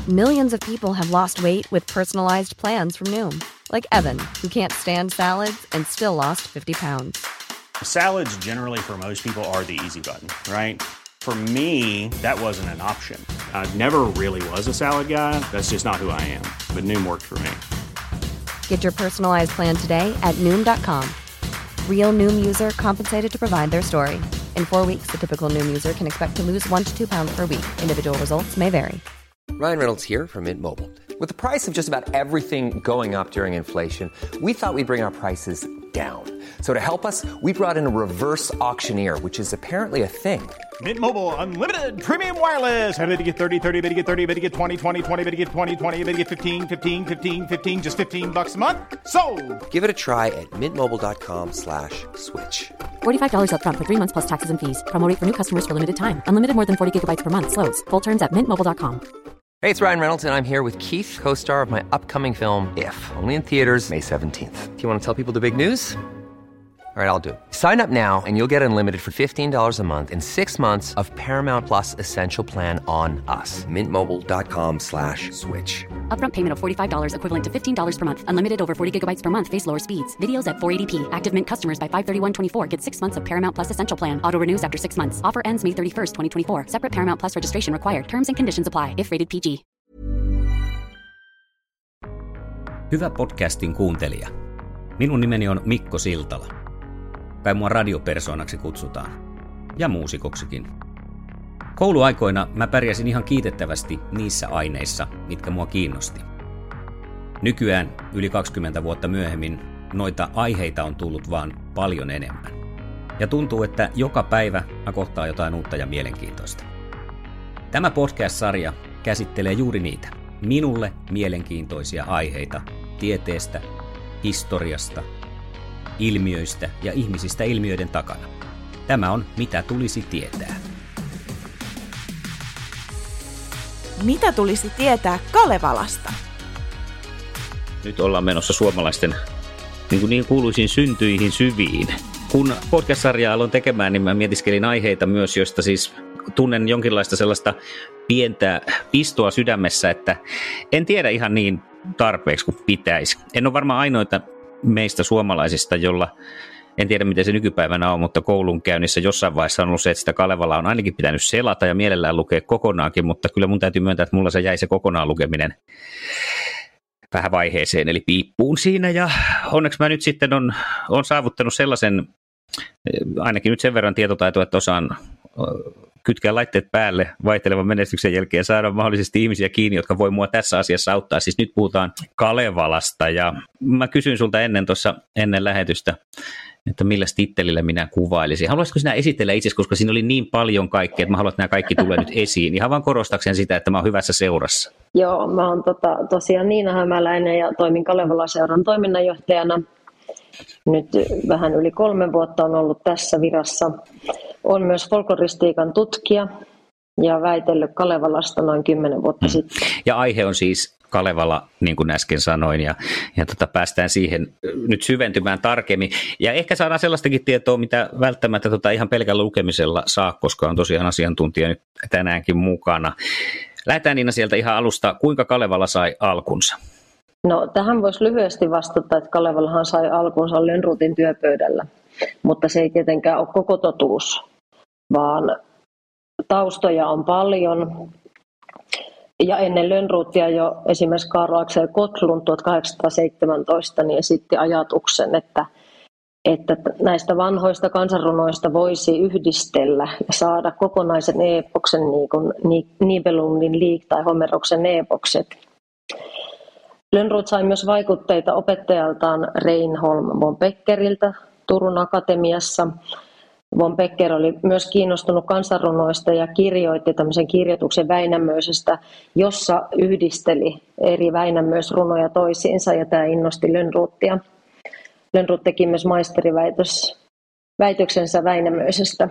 Millions of people have lost weight with personalized plans from Noom. Like Evan, who can't stand salads and still lost 50 pounds. Salads generally for most people are the easy button, right? For me, that wasn't an option. I never really was a salad guy. That's just not who I am. But Noom worked for me. Get your personalized plan today at Noom.com. Real Noom user compensated to provide their story. In 4 weeks, the typical Noom user can expect to lose 1 to 2 pounds per week. Individual results may vary. Ryan Reynolds here from Mint Mobile. With the price of just about everything going up during inflation, we thought we'd bring our prices down. So to help us, we brought in a reverse auctioneer, which is apparently a thing. Mint Mobile Unlimited Premium Wireless. How to get 30, 30, bit to get 30, bit to get 20, 20, 20, bit to get 20, 20, bit to get 15, 15, 15, 15, just $15 a month? Sold! Give it a try at mintmobile.com/switch. $45 up front for 3 months plus taxes and fees. Promo rate for new customers for limited time. Unlimited more than 40 gigabytes per month. Slows full terms at mintmobile.com. Hey, it's Ryan Reynolds, and I'm here with Keith, co-star of my upcoming film, If, only in theaters May 17th. Do you want to tell people the big news? All right, I'll do it. Sign up now and you'll get unlimited for $15 a month and 6 months of Paramount Plus Essential Plan on us. mintmobile.com/switch. Upfront payment of $45 equivalent to $15 per month. Unlimited over 40 gigabytes per month. Face lower speeds. Videos at 480p. Active Mint customers by 531.24 get 6 months of Paramount Plus Essential Plan. Auto renews after 6 months. Offer ends May 31st, 2024. Separate Paramount Plus registration required. Terms and conditions apply if rated PG. Hyvä podcastin kuuntelija. Minun nimeni on Mikko Siltala. Kai mua radiopersoonaksi kutsutaan. Ja muusikoksikin. Kouluaikoina mä pärjäsin ihan kiitettävästi niissä aineissa, mitkä mua kiinnosti. Nykyään, yli 20 vuotta myöhemmin, noita aiheita on tullut vaan paljon enemmän. Ja tuntuu, että joka päivä mä kohtaan jotain uutta ja mielenkiintoista. Tämä podcast-sarja käsittelee juuri niitä, minulle mielenkiintoisia aiheita tieteestä, historiasta, ilmiöistä ja ihmisistä ilmiöiden takana. Tämä on Mitä tulisi tietää. Mitä tulisi tietää Kalevalasta? Nyt ollaan menossa suomalaisten niin kuuluisiin syntyihin syviin. Kun podcast-sarjaa aloin tekemään, niin mä mietiskelin aiheita myös, joista siis tunnen jonkinlaista sellaista pientä pistoa sydämessä, että en tiedä ihan niin tarpeeksi kuin pitäisi. En ole varmaan ainoita meistä suomalaisista, jolla, en tiedä miten se nykypäivänä on, mutta koulun käynnissä jossain vaiheessa on ollut se, että sitä Kalevalaa on ainakin pitänyt selata ja mielellään lukea kokonaankin, mutta kyllä mun täytyy myöntää, että mulla se jäi se kokonaan lukeminen vähän vaiheeseen, eli piippuun siinä, ja onneksi mä nyt sitten on saavuttanut sellaisen, ainakin nyt sen verran tietotaitoa, että osaan kytkeä laitteet päälle vaihtelevan menestyksen jälkeen, saada mahdollisesti ihmisiä kiinni, jotka voi mua tässä asiassa auttaa. Siis nyt puhutaan Kalevalasta, ja mä kysyin sulta ennen lähetystä, että millä tittelillä minä kuvailisin. Haluaisitko sinä esitellä itse, koska siinä oli niin paljon kaikkea, että mä haluan, että nämä kaikki tulee nyt esiin. Ihan vaan korostakseen sitä, että mä oon hyvässä seurassa. Joo, mä oon tosiaan Niina Hämäläinen ja toimin Kalevala-seuran toiminnanjohtajana. Nyt vähän yli 3 vuotta on ollut tässä virassa. Olen myös folkloristiikan tutkija ja väitellyt Kalevalasta noin 10 vuotta sitten. Ja aihe on siis Kalevala, niin kuin äsken sanoin, ja päästään siihen nyt syventymään tarkemmin. Ja ehkä saadaan sellaistakin tietoa, mitä välttämättä ihan pelkällä lukemisella saa, koska on tosiaan asiantuntija nyt tänäänkin mukana. Lähdetään Niina sieltä ihan alusta. Kuinka Kalevala sai alkunsa? No, tähän voisi lyhyesti vastata, että Kalevalahan sai alkunsa Lönnrotin työpöydällä, mutta se ei tietenkään ole koko totuus, vaan taustoja on paljon. Ja ennen Lönnrotia jo esimerkiksi Karl Axel Gottlund 1817 niin esitti ajatuksen, että näistä vanhoista kansanrunoista voisi yhdistellä ja saada kokonaisen eepoksen, niin kuin Nibelungin liik tai Homeroksen eepokset. Lönnrot sai myös vaikutteita opettajaltaan Reinholm von Beckeriltä Turun Akatemiassa. Von Becker oli myös kiinnostunut kansanrunoista ja kirjoitti tämmöisen kirjoituksen Väinämöisestä, jossa yhdisteli eri Väinämöisrunoja toisiinsa, ja tämä innosti Lönnrotia. Lönnrot teki myös maisteriväitöksensä Väinämöisestä.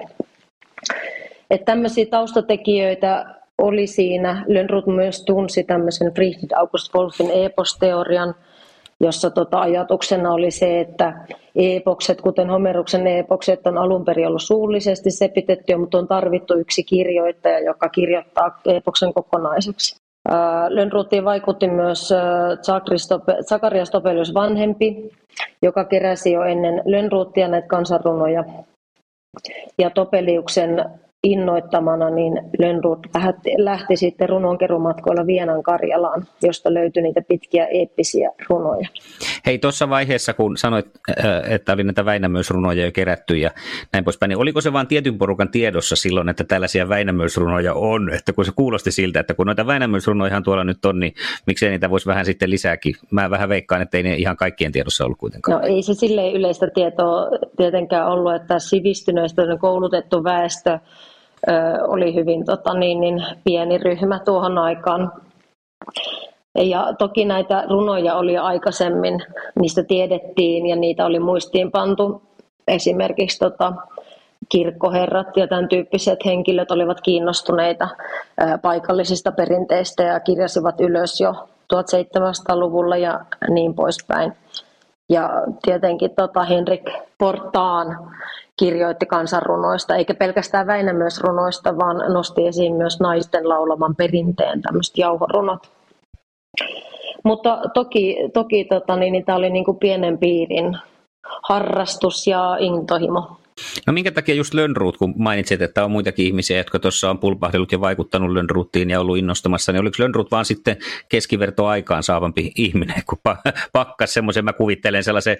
Että tämmöisiä taustatekijöitä oli siinä. Lönnrot myös tunsi tämmöisen Friedrich August Wolffin eeposteorian, jossa ajatuksena oli se, että eepokset, kuten Homeroksen eepokset, on alun perin ollut suullisesti sepitettyjä, mutta on tarvittu yksi kirjoittaja, joka kirjoittaa eepoksen kokonaiseksi. Lönnroothiin vaikutti myös Zacharias Topelius vanhempi, joka keräsi jo ennen Lönnrothia näitä kansanrunoja. Ja Topeliuksen innoittamana niin Lönnroth lähti sitten runonkeruumatkoilla Vienan Karjalaan, josta löytyi niitä pitkiä eeppisiä runoja. Hei, tuossa vaiheessa, kun sanoit, että oli näitä Väinämöisrunoja jo kerätty ja näin poispäin, niin oliko se vain tietyn porukan tiedossa silloin, että tällaisia Väinämöisrunoja on? Että kun se kuulosti siltä, että kun noita Väinämöisrunojahan tuolla nyt on, niin miksei niitä voisi vähän sitten lisääkin? Mä vähän veikkaan, että ei ne ihan kaikkien tiedossa ollut kuitenkaan. No ei se silleen yleistä tietoa tietenkään ollut, että sivistyneistä koulutettu väestö oli hyvin pieni ryhmä tuohon aikaan. Ja toki näitä runoja oli jo aikaisemmin, niistä tiedettiin ja niitä oli muistiinpantu. Esimerkiksi kirkkoherrat ja tämän tyyppiset henkilöt olivat kiinnostuneita paikallisista perinteistä ja kirjasivat ylös jo 1700-luvulla ja niin poispäin. Ja tietenkin Henrik Portaan kirjoitti kansanrunoista, eikä pelkästään Väinämöisrunoista, vaan nosti esiin myös naisten laulaman perinteen, tämmöiset jauhorunot. Mutta toki tämä oli niin kuin pienen piirin harrastus ja intohimo. No minkä takia just Lönnroth, kun mainitsit, että on muitakin ihmisiä, jotka tuossa on pulpahdellut ja vaikuttanut Lönnrothiin ja ollut innostamassa, niin oliko Lönnroth vaan sitten keskivertoaikaan saavampi ihminen, kun pakkas semmoisen, mä kuvittelen sellaisen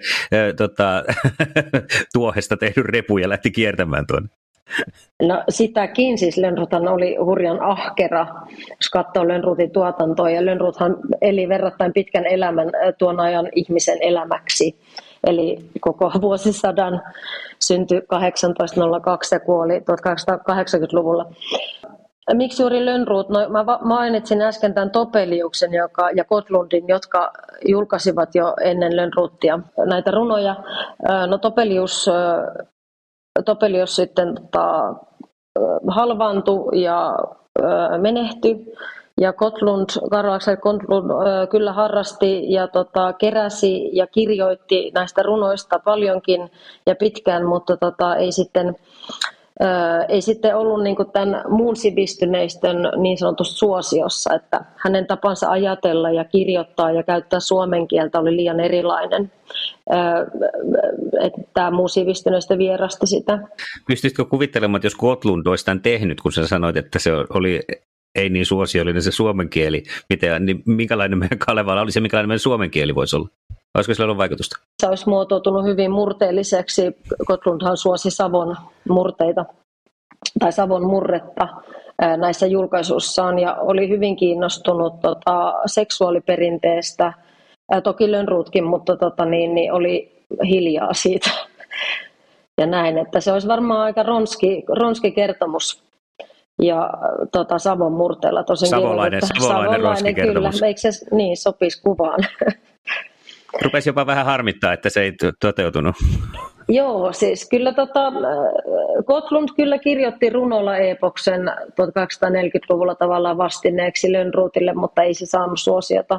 tuohesta tehdyn repun ja lähti kiertämään tuonne? No sitäkin, siis Lönnrothhan oli hurjan ahkera, jos katsoo Lönnrothin tuotantoa, ja Lönnrothhan eli verrattain pitkän elämän tuon ajan ihmisen elämäksi. Eli koko vuosisadan syntyi 1802 ja kuoli 1880-luvulla. Miksi juuri Lönnroth? No, mä mainitsin äsken tämän Topeliuksen ja Gottlundin, jotka julkaisivat jo ennen Lönnrothia näitä runoja. No Topelius sitten halvaantui ja menehtyi. Ja Karl Axel Gottlund kyllä harrasti ja keräsi ja kirjoitti näistä runoista paljonkin ja pitkään, mutta ei sitten ollut niin kuin tämän muun sivistyneistön niin sanotusti suosiossa, että hänen tapansa ajatella ja kirjoittaa ja käyttää suomen kieltä oli liian erilainen, että tämä muu sivistyneistö vierasti sitä. Pystytkö kuvittelemaan, että jos Gottlund olisi tämän tehnyt, kun sä sanoit, että se oli ei niin suosiollinen se suomen kieli, niin minkälainen meidän Kalevala olisi ja minkälainen meidän suomen kieli voisi olla? Olisiko sillä ollut vaikutusta? Se olisi muotoutunut hyvin murteelliseksi. Gottlundhan suosi Savon murteita tai Savon murretta näissä julkaisuissaan ja oli hyvin kiinnostunut seksuaaliperinteestä. Toki Lönnrothkin, mutta niin oli hiljaa siitä. Ja näin, että se olisi varmaan aika ronski kertomus. Ja Savon murteella tosin Savolainen ronskikertomus. Kyllä, eikö se niin sopisi kuvaan? Rupesi jopa vähän harmittaa, että se ei toteutunut. Joo, siis kyllä Gottlund kyllä kirjoitti runola-epoksen 1840-luvulla tavallaan vastineeksi Lönnrothille, mutta ei se saanut suosiota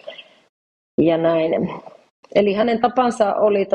ja näin. Eli hänen tapansa oli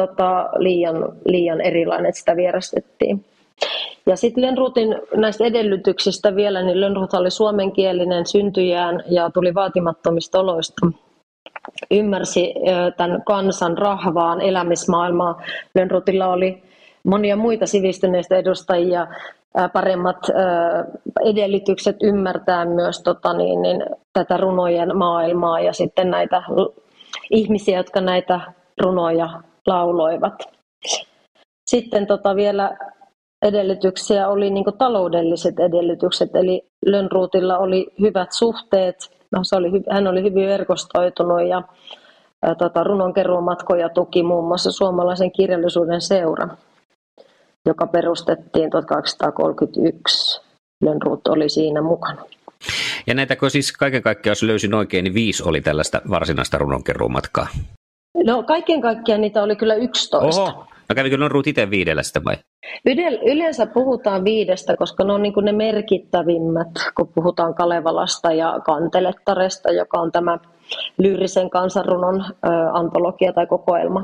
liian erilainen, että sitä vierastettiin. Ja sitten Lönnrothin näistä edellytyksistä vielä, niin Lönnroth oli suomenkielinen syntyjään ja tuli vaatimattomista oloista. Ymmärsi tämän kansan rahvaan elämismaailmaa. Lönnrothilla oli monia muita sivistyneistä edustajia, paremmat edellytykset ymmärtää myös tätä runojen maailmaa ja sitten näitä ihmisiä, jotka näitä runoja lauloivat. Sitten vielä edellytyksiä oli niin kuin taloudelliset edellytykset, eli Lönnrothilla oli hyvät suhteet, hän oli hyvin verkostoitunut ja runonkeruumatkoja tuki muun muassa Suomalaisen kirjallisuuden seura, joka perustettiin 1831. Lönnroth oli siinä mukana. Ja näitäkö siis kaiken kaikkiaan, jos löysin oikein, niin 5 oli tällaista varsinaista runonkeruumatkaa? No kaiken kaikkiaan niitä oli kyllä 11. Oho. No kävikö Lönnroth itse 5 sitä vai? Yleensä puhutaan 5, koska ne on niin kuin ne merkittävimmät, kun puhutaan Kalevalasta ja Kantelettaresta, joka on tämä lyyrisen kansanrunon antologia tai kokoelma.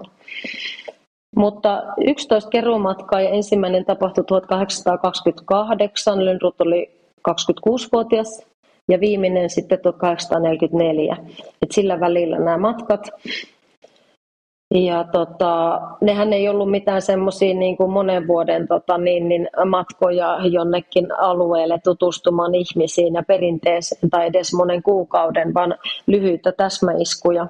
Mutta 11 keruumatkaa ja ensimmäinen tapahtui 1828. Lönnroth oli 26-vuotias ja viimeinen sitten 1844. Et sillä välillä nämä matkat. Ja nehän ei ollut mitään semmoisia niin kuin monen vuoden matkoja jonnekin alueelle tutustumaan ihmisiin ja perinteeseen tai edes monen kuukauden, vaan lyhyitä täsmäiskuja.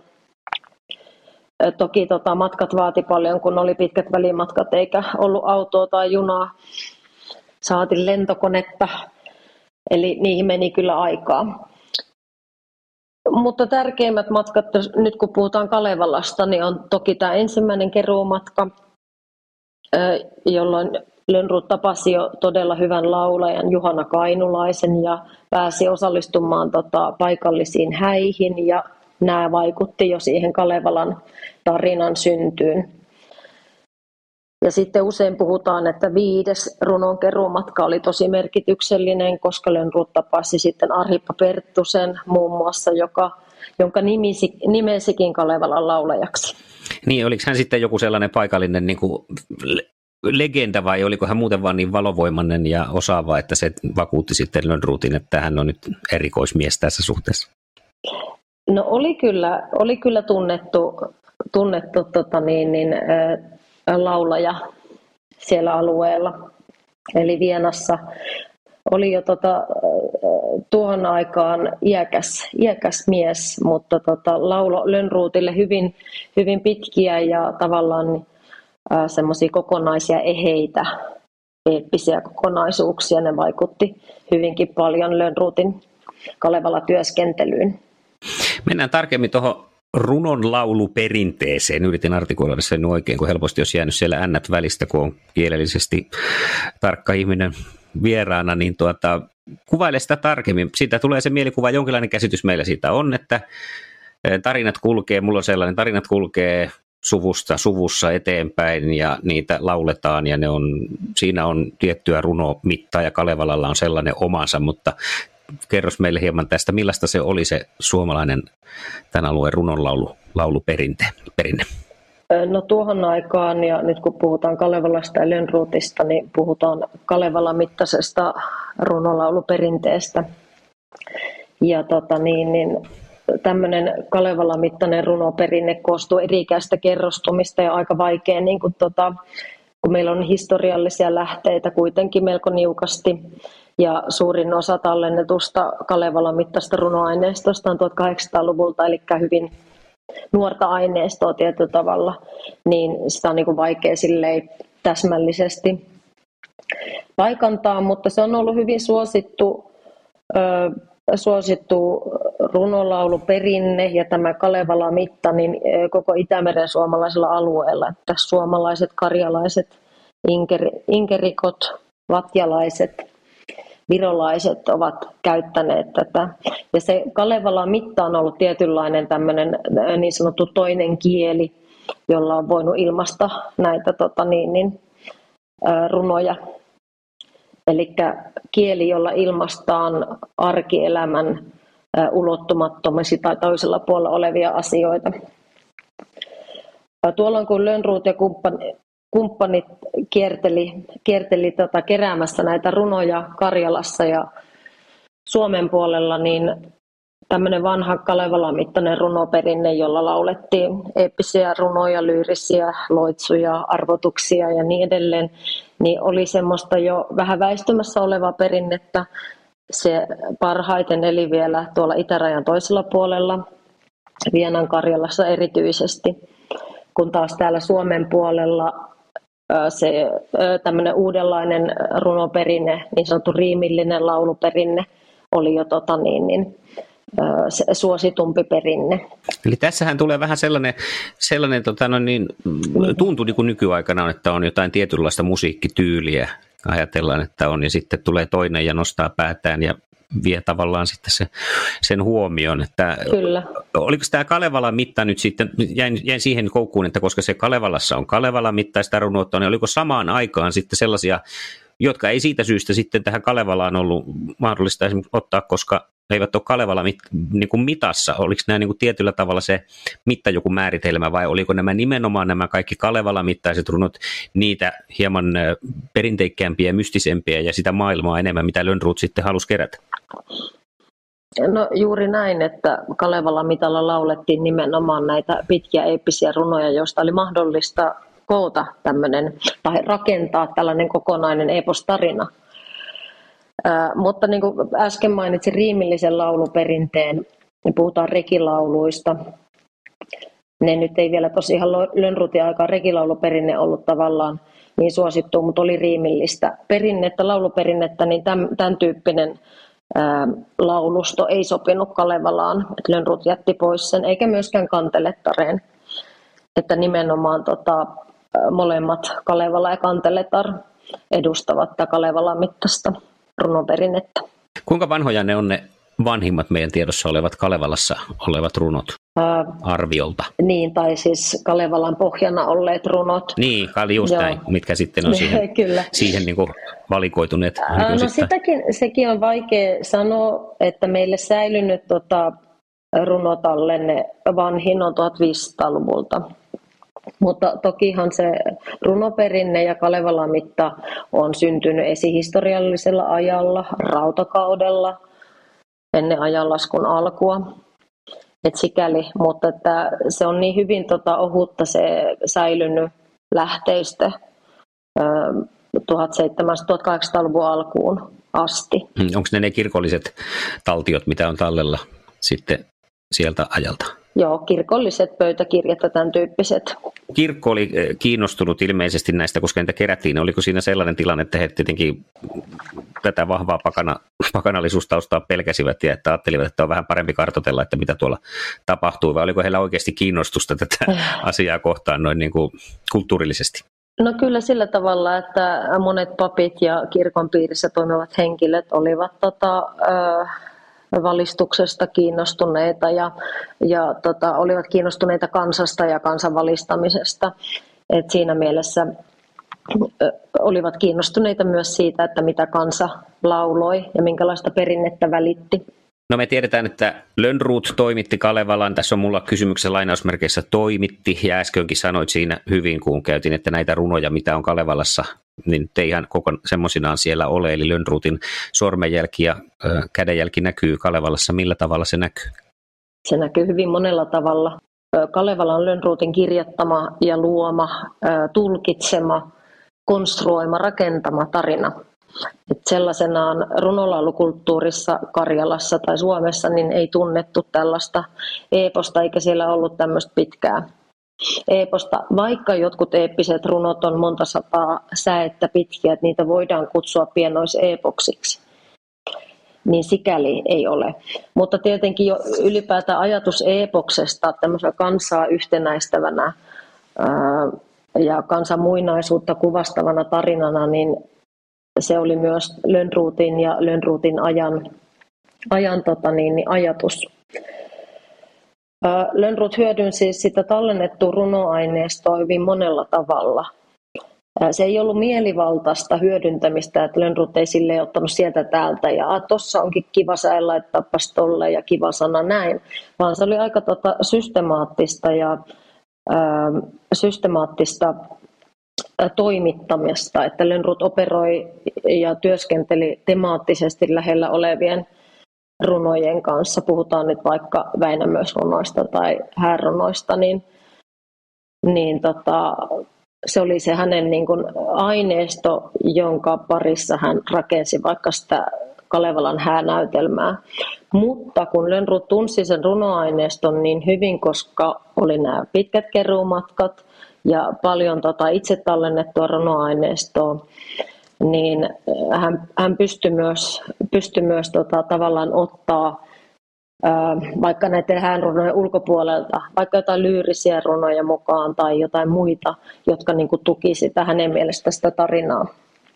Toki matkat vaati paljon, kun oli pitkät välimatkat eikä ollut autoa tai junaa, saati lentokonetta, eli niihin meni kyllä aikaa. Mutta tärkeimmät matkat, nyt kun puhutaan Kalevalasta, niin on toki tämä ensimmäinen keruumatka, jolloin Lönnrot tapasi jo todella hyvän laulajan Juhana Kainulaisen ja pääsi osallistumaan paikallisiin häihin ja nämä vaikutti jo siihen Kalevalan tarinan syntyyn. Ja sitten usein puhutaan, että 5. runon keruumatka oli tosi merkityksellinen, koska Lönnrot tapasi sitten Arhippa Perttusen muun muassa, jonka nimesikin Kalevalan laulajaksi. Niin, oliko hän sitten joku sellainen paikallinen niin kuin legenda vai oliko hän muuten vaan niin valovoimainen ja osaava, että se vakuutti sitten Lönnrotin, että hän on nyt erikoismies tässä suhteessa? No oli kyllä tunnettu laulaja siellä alueella. Eli Vienassa oli jo tuohon aikaan iäkäs mies, mutta laulo Lönnrotille hyvin pitkiä ja tavallaan semmoisia kokonaisia eheitä, eeppisiä kokonaisuuksia. Ne vaikutti hyvinkin paljon Lönnrotin Kalevala-työskentelyyn. Mennään tarkemmin tuohon runon lauluperinteeseen. Yritin artikuloida sen oikein, kun helposti olisi jäänyt siellä ännät välistä, kun on kielellisesti tarkka ihminen vieraana, niin kuvaile sitä tarkemmin. Siitä tulee se mielikuva, jonkinlainen käsitys meillä siitä on, että tarinat kulkee, mulla on sellainen, tarinat kulkee suvussa eteenpäin ja niitä lauletaan ja siinä on tiettyä runomittaa ja Kalevalalla on sellainen omansa, mutta kerros meille hieman tästä, millaista se oli se suomalainen tämän alueen runonlauluperinne? No tuohon aikaan, ja nyt kun puhutaan Kalevalasta ja Lönnrotista, niin puhutaan Kalevalan mittaisesta runonlauluperinteestä. Ja tämmöinen Kalevalan mittainen runoperinne koostuu eri-ikäistä kerrostumista ja aika vaikea, niin kun meillä on historiallisia lähteitä kuitenkin melko niukasti. Ja suurin osa tallennetusta Kalevalan mittaista runoaineistosta on 1800-luvulta, eli hyvin nuorta aineistoa tietyllä tavalla, niin sitä on niin kuin vaikea silleen täsmällisesti paikantaa, mutta se on ollut hyvin suosittu runolauluperinne ja tämä Kalevalan mitta niin koko Itämeren suomalaisella alueella, että suomalaiset, karjalaiset, inkerikot, vatjalaiset, virolaiset ovat käyttäneet tätä. Ja se Kalevalan mitta on ollut tietynlainen tämmöinen niin sanottu toinen kieli, jolla on voinut ilmaista näitä runoja. Eli kieli, jolla ilmaistaan arkielämän ulottumattomasti tai toisella puolella olevia asioita. Tuolloin kun Lönnrot ja kumppanit kierteli keräämässä näitä runoja Karjalassa ja Suomen puolella, niin tämmöinen vanha Kalevalan mittainen runoperinne, jolla laulettiin eeppisiä runoja, lyyrisiä loitsuja, arvotuksia ja niin edelleen, niin oli semmoista jo vähän väistymässä olevaa perinnettä. Se parhaiten eli vielä tuolla itärajan toisella puolella, Vienan Karjalassa erityisesti, kun taas täällä Suomen puolella se tämmöinen uudenlainen runoperinne, niin sanottu riimillinen lauluperinne, oli jo suositumpi perinne. Eli tässähän tulee vähän sellainen tuntuu niin kuin nykyaikana, että on jotain tietynlaista musiikkityyliä, ajatellaan, että on, ja sitten tulee toinen ja nostaa päätään ja vie tavallaan sitten sen huomioon. Että kyllä. Oliko tämä Kalevalan mitta nyt sitten, jäin siihen koukkuun, että koska se Kalevalassa on Kalevalan mittaista runoutta, niin oliko samaan aikaan sitten sellaisia, jotka ei siitä syystä sitten tähän Kalevalaan ollut mahdollista esimerkiksi ottaa, koska eivät ole Kalevalan mitassa. Oliko nämä niin kuin tietyllä tavalla se mitta joku määritelmä vai oliko nimenomaan nämä kaikki Kalevalan mittaiset runot niitä hieman perinteikkäämpiä ja mystisempiä ja sitä maailmaa enemmän, mitä Lönnrot sitten halusi kerätä? No juuri näin, että Kalevalan mitalla laulettiin nimenomaan näitä pitkiä eeppisiä runoja, joista oli mahdollista koota tämmöinen tai rakentaa tällainen kokonainen eepostarina. Mutta niin kuin äsken mainitsin riimillisen lauluperinteen, niin puhutaan rekilauluista. Ne nyt ei vielä tosiaan Lönnrotin aikaan rekilauluperinne ollut tavallaan niin suosittu, mutta oli riimillistä perinnettä, lauluperinnettä, niin tämän tyyppinen laulusto ei sopinut Kalevalaan. Lönnrot jätti pois sen, eikä myöskään Kantelettareen. Että nimenomaan molemmat, Kalevala ja Kanteletar, edustavat tätä Kalevalan mittaista runoperinnettä. Kuinka vanhoja ne on ne vanhimmat meidän tiedossa olevat Kalevalassa olevat runot arviolta? Niin, tai siis Kalevalan pohjana olleet runot. Niin, just näin, mitkä sitten on siihen niin kuin valikoituneet. No sekin on vaikea sanoa, että meille säilynyt runotallenne vanhin on 1500-luvulta. Mutta tokihan se runoperinne ja Kalevalan mitta on syntynyt esihistoriallisella ajalla, rautakaudella, ennen ajanlaskun alkua. Et sikäli, mutta että se on niin hyvin ohutta se säilynyt lähteistä 1700-1800-luvun alkuun asti. Onko ne kirkolliset taltiot, mitä on tallella sitten sieltä ajalta? Joo, kirkolliset pöytäkirjat ja tämän tyyppiset. Kirkko oli kiinnostunut ilmeisesti näistä, koska niitä kerättiin. Oliko siinä sellainen tilanne, että he tietenkin tätä vahvaa pakanallisuustaustaa pelkäsivät ja että ajattelivat, että on vähän parempi kartoitella, että mitä tuolla tapahtuu, vai oliko heillä oikeasti kiinnostusta tätä asiaa kohtaan noin niin kuin kulttuurillisesti? No kyllä sillä tavalla, että monet papit ja kirkon piirissä toimivat henkilöt olivat valistuksesta kiinnostuneita ja olivat kiinnostuneita kansasta ja kansan valistamisesta. Et siinä mielessä olivat kiinnostuneita myös siitä, että mitä kansa lauloi ja minkälaista perinnettä välitti. No me tiedetään, että Lönnrot toimitti Kalevalan. Tässä on mulla kysymyksen lainausmerkeissä toimitti, ja äskenkin sanoit siinä hyvin, kun käytin, että näitä runoja, mitä on Kalevalassa, niin ei ihan koko semmoisinaan siellä ole. Eli Lönnrotin sormenjälki ja kädenjälki näkyy Kalevalassa. Millä tavalla se näkyy? Se näkyy hyvin monella tavalla. Kalevala on Lönnrotin kirjoittama ja luoma, tulkitsema, konstruoima, rakentama tarina. Et sellaisenaan runolaulukulttuurissa Karjalassa tai Suomessa niin ei tunnettu tällaista eeposta, eikä siellä ollut tämmöistä pitkää eeposta. Vaikka jotkut eeppiset runot on monta sataa säettä pitkiä, että niitä voidaan kutsua pienoiseepoksiksi, niin sikäli ei ole. Mutta tietenkin jo ylipäätään ajatus eepoksesta tämmöisenä kansaa yhtenäistävänä ja kansan muinaisuutta kuvastavana tarinana, niin se oli myös Lönnrotin ja Lönnrotin ajan ajatus. Lönnrot hyödynsi sitä tallennettua runoaineistoa hyvin monella tavalla. Se ei ollut mielivaltaista hyödyntämistä, että Lönnrot ei silleen ottanut sieltä täältä ja tuossa onkin kiva sä laittaapas tolle ja kiva sana näin, vaan se oli aika systemaattista toimittamista, että Lönnrot operoi ja työskenteli temaattisesti lähellä olevien runojen kanssa. Puhutaan nyt vaikka Väinämöisrunoista tai häärunoista, niin se oli se hänen niin kuin aineisto, jonka parissa hän rakensi vaikka sitä Kalevalan häänäytelmää. Mutta kun Lönnrot tunsi sen runoaineiston niin hyvin, koska oli nämä pitkät keruumatkat ja paljon itse tallennettua runoaineistoa, niin hän pystyi myös tavallaan ottaa vaikka näiden häänrunojen ulkopuolelta, vaikka jotain lyyrisiä runoja mukaan tai jotain muita, jotka niin kuin tuki sitä hänen mielestä sitä tarinaa.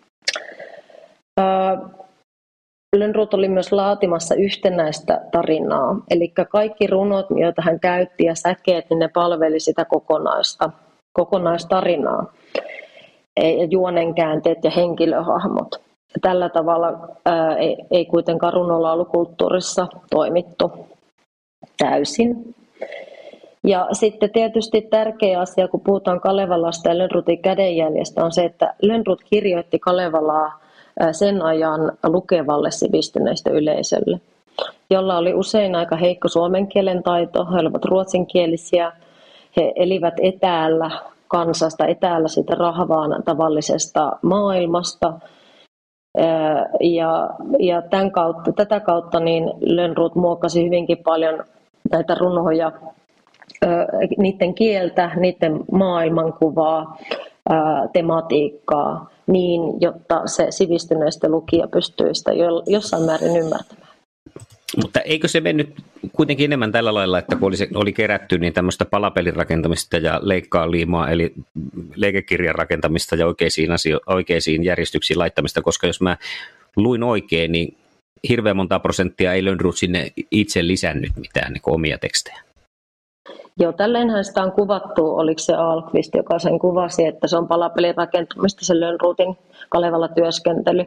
Lönnrot oli myös laatimassa yhtenäistä tarinaa, eli kaikki runot, joita hän käytti ja säkeet, niin ne palveli sitä kokonaistarinaa. Juonenkäänteet ja henkilöhahmot. Tällä tavalla ei kuitenkaan runolaulukulttuurissa toimittu täysin. Ja sitten tietysti tärkeä asia, kun puhutaan Kalevalasta ja Lönnrotin kädenjäljestä, on se, että Lönnrot kirjoitti Kalevalaa sen ajan lukevalle sivistyneistä yleisölle. jolla oli usein aika heikko suomen kielen taito. He olivat ruotsinkielisiä. He elivät etäällä kansasta, etäällä siitä rahvaan tavallisesta maailmasta. Ja tätä kautta niin Lönnrot muokkasi hyvinkin paljon näitä runoja, niiden kieltä, niiden maailmankuvaa, tematiikkaa niin, jotta se sivistyneistä lukija pystyy sitä jossain määrin ymmärtämään. Mutta eikö se mennyt kuitenkin enemmän tällä lailla, että kun oli kerätty niin tämmöistä palapelin rakentamista ja leikkaa liimaa, eli leikekirjan rakentamista ja oikeisiin järjestyksiin laittamista, koska jos mä luin oikein, niin hirveän monta prosenttia ei Lönnrot sinne itse lisännyt mitään niin omia tekstejä. Joo, tälleenhän sitä on kuvattu, oliko se Ahlqvist, joka sen kuvasi, että se on palapelin rakentamista, se Lönnrotin Kalevalla työskentely.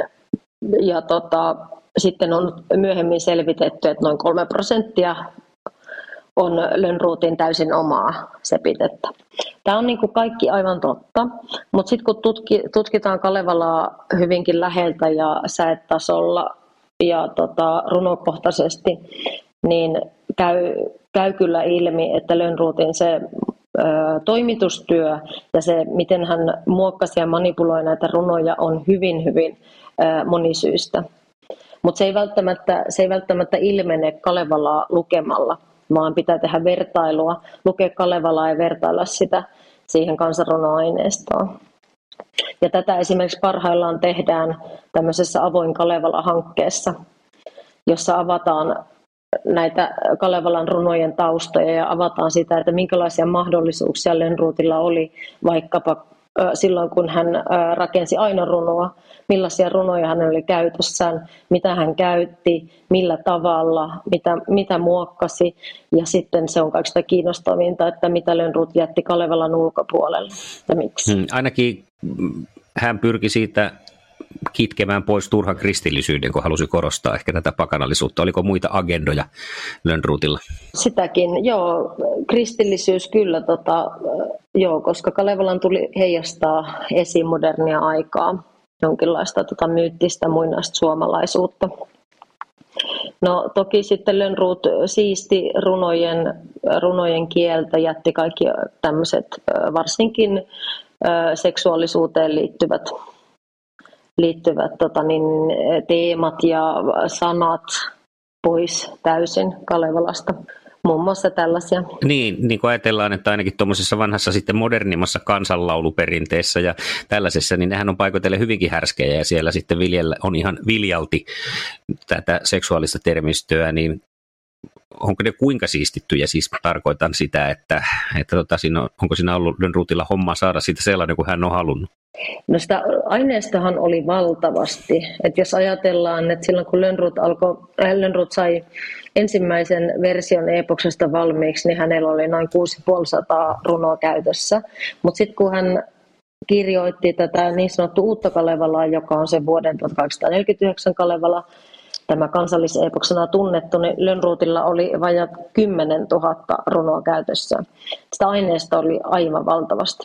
Ja sitten on myöhemmin selvitetty, että noin 3% on Lönnrotin täysin omaa sepitettä. Tämä on niin kuin kaikki aivan totta, mutta sitten kun tutkitaan Kalevalaa hyvinkin läheltä ja säetasolla ja runokohtaisesti, niin käy kyllä ilmi, että Lönnrotin se toimitustyö ja se, miten hän muokkasi ja manipuloi näitä runoja, on hyvin, hyvin monisyistä. Mutta se ei välttämättä ilmene Kalevalaa lukemalla, vaan pitää tehdä vertailua, lukea Kalevalaa ja vertailla sitä siihen kansanrunoaineistoon. Ja tätä esimerkiksi parhaillaan tehdään tämmöisessä Avoin Kalevala-hankkeessa, jossa avataan näitä Kalevalan runojen taustoja ja avataan sitä, että minkälaisia mahdollisuuksia Lönnrotilla oli vaikkapa silloin, kun hän rakensi Aino-runoa, millaisia runoja hän oli käytössään, mitä hän käytti, millä tavalla, mitä muokkasi. Ja sitten se on kaikista kiinnostavinta, että mitä Lönnrot jätti Kalevalan ulkopuolelle ja miksi. Ainakin hän pyrki siitä kitkemään pois turhan kristillisyyden, kun halusi korostaa ehkä tätä pakanallisuutta. Oliko muita agendoja Lönnrotilla? Sitäkin, joo. Kristillisyys kyllä, koska Kalevalan tuli heijastaa esimodernia aikaa, jonkinlaista myyttistä muinaista suomalaisuutta. No toki sitten Lönnrot siisti runojen kieltä, jätti kaikki tämmöiset varsinkin seksuaalisuuteen liittyvät teemat ja sanat pois täysin Kalevalasta. Muun muassa tällaisia. Niin kuin ajatellaan, että ainakin tuommoisessa vanhassa sitten modernimmassa kansanlauluperinteessä ja tällaisessa, niin nehän on paikoitellen hyvinkin härskejä ja siellä sitten on ihan viljalti tätä seksuaalista termistöä, niin onko ne kuinka siistittyjä? Siis tarkoitan sitä, että onko siinä ollut Lönnrotilla hommaa saada siitä sellainen kuin hän on halunnut? No sitä aineistahan oli valtavasti. Että jos ajatellaan, että silloin kun Lönnrot sai ensimmäisen version eepoksesta valmiiksi, niin hänellä oli noin 6500 runoa käytössä. Mutta sitten kun hän kirjoitti tätä niin sanottua uutta Kalevalaa, joka on se vuoden 1849 Kalevala, tämä kansalliseepoksena tunnettu, niin Lönnrotilla oli vajat 10 000 runoa käytössä. Sitä aineesta oli aivan valtavasti.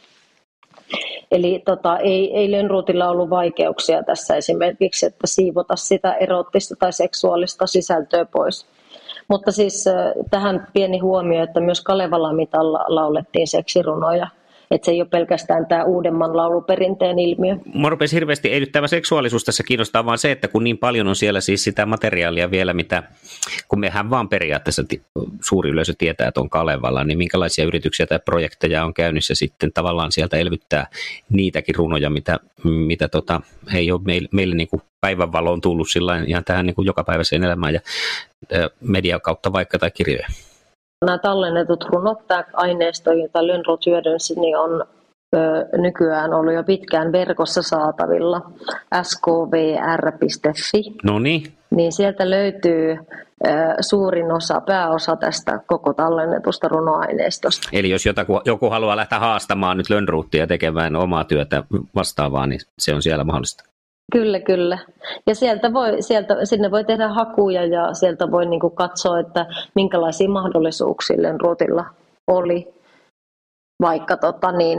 Eli ei Lönnrotilla ollut vaikeuksia tässä esimerkiksi, että siivota sitä eroottista tai seksuaalista sisältöä pois. Mutta siis tähän pieni huomio, että myös Kalevalan mitalla laulettiin seksirunoja. Että se ei ole pelkästään tämä uudemman lauluperinteen ilmiö. Mä rupesin hirveästi, ei nyt tämä seksuaalisuus tässä kiinnostaa, vaan se, että kun niin paljon on siellä siis sitä materiaalia vielä, kun mehän vaan periaatteessa suuri yleisö tietää, että on Kalevala, niin minkälaisia yrityksiä tai projekteja on käynnissä sitten tavallaan sieltä elvyttää niitäkin runoja, mitä ei ole meille niin kuin päivänvaloon tullut sillä ihan tähän niin kuin jokapäiväiseen elämään ja median kautta vaikka tai kirjoja. Nämä tallennetut runot, tämä aineisto, jota Lönnrot hyödynsi, niin on nykyään ollut jo pitkään verkossa saatavilla skvr.fi. No niin. Niin sieltä löytyy pääosa tästä koko tallennetusta runoaineistosta. Eli jos joku haluaa lähteä haastamaan nyt Lönnrotia tekemään omaa työtä vastaavaa, niin se on siellä mahdollista. Kyllä. Ja sinne voi tehdä hakuja ja sieltä voi niinku katsoa, että minkälaisia mahdollisuuksia Lönnrotilla oli. Vaikka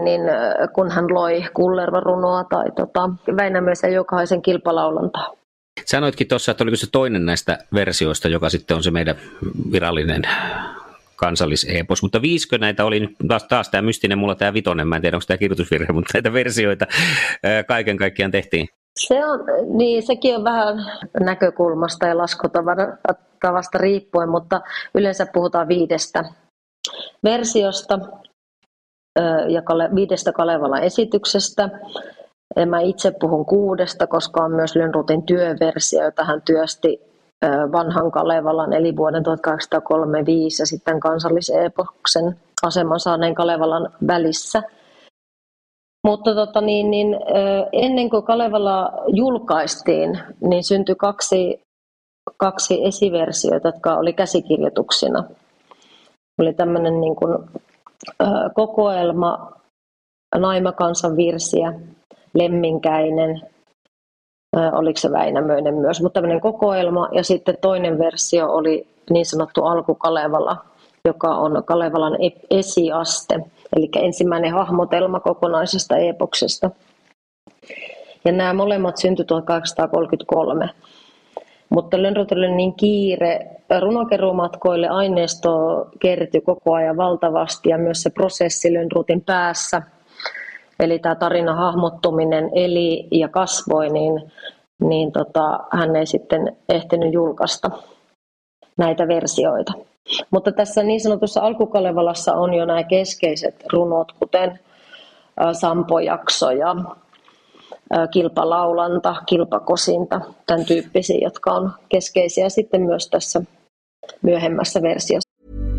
kun hän loi Kullervo-runoa tai Väinämöisen Jokaisen kilpalaulantaa. Sanoitkin tuossa, että oliko se toinen näistä versioista, joka sitten on se meidän virallinen kansallisepos, mutta 5 näitä oli nyt taas tämä mystinen, mulla tämä 5, mä en tiedä onko tämä kirjoitusvirhe, mutta näitä versioita kaiken kaikkiaan tehtiin. Sekin on vähän näkökulmasta ja laskutavasta riippuen, mutta yleensä puhutaan 5 versiosta ja 5 Kalevalan esityksestä. Mä itse puhun 6, koska on myös Lönnrotin työversio, jota hän työsti vanhan Kalevalan eli vuoden 1835 ja sitten kansallisepoksen aseman saaneen Kalevalan välissä. Mutta ennen kuin Kalevala julkaistiin, niin syntyi kaksi esiversiota, jotka oli käsikirjoituksina. Oli tämmöinen niin kuin, kokoelma Naimakansan virsiä, Lemminkäinen, oliko se Väinämöinen myös, mutta tämmöinen kokoelma. Ja sitten toinen versio oli niin sanottu Alku-Kalevala, joka on Kalevalan esiaste, eli ensimmäinen hahmotelma kokonaisesta epoksesta. Ja nämä molemmat syntyi 1833. Mutta Lönnrotilla oli niin kiire runokeruumatkoille, aineistoa kertyi koko ajan valtavasti ja myös se prosessi Lönnrotin päässä, eli tämä tarinan hahmottuminen eli ja kasvoi, niin hän ei sitten ehtinyt julkaista näitä versioita. Mutta tässä niin sanotussa Alku-Kalevalassa on jo nämä keskeiset runot, kuten Sampojakso ja Kilpalaulanta, Kilpakosinta, tämän tyyppisiä, jotka on keskeisiä sitten myös tässä myöhemmässä versiossa.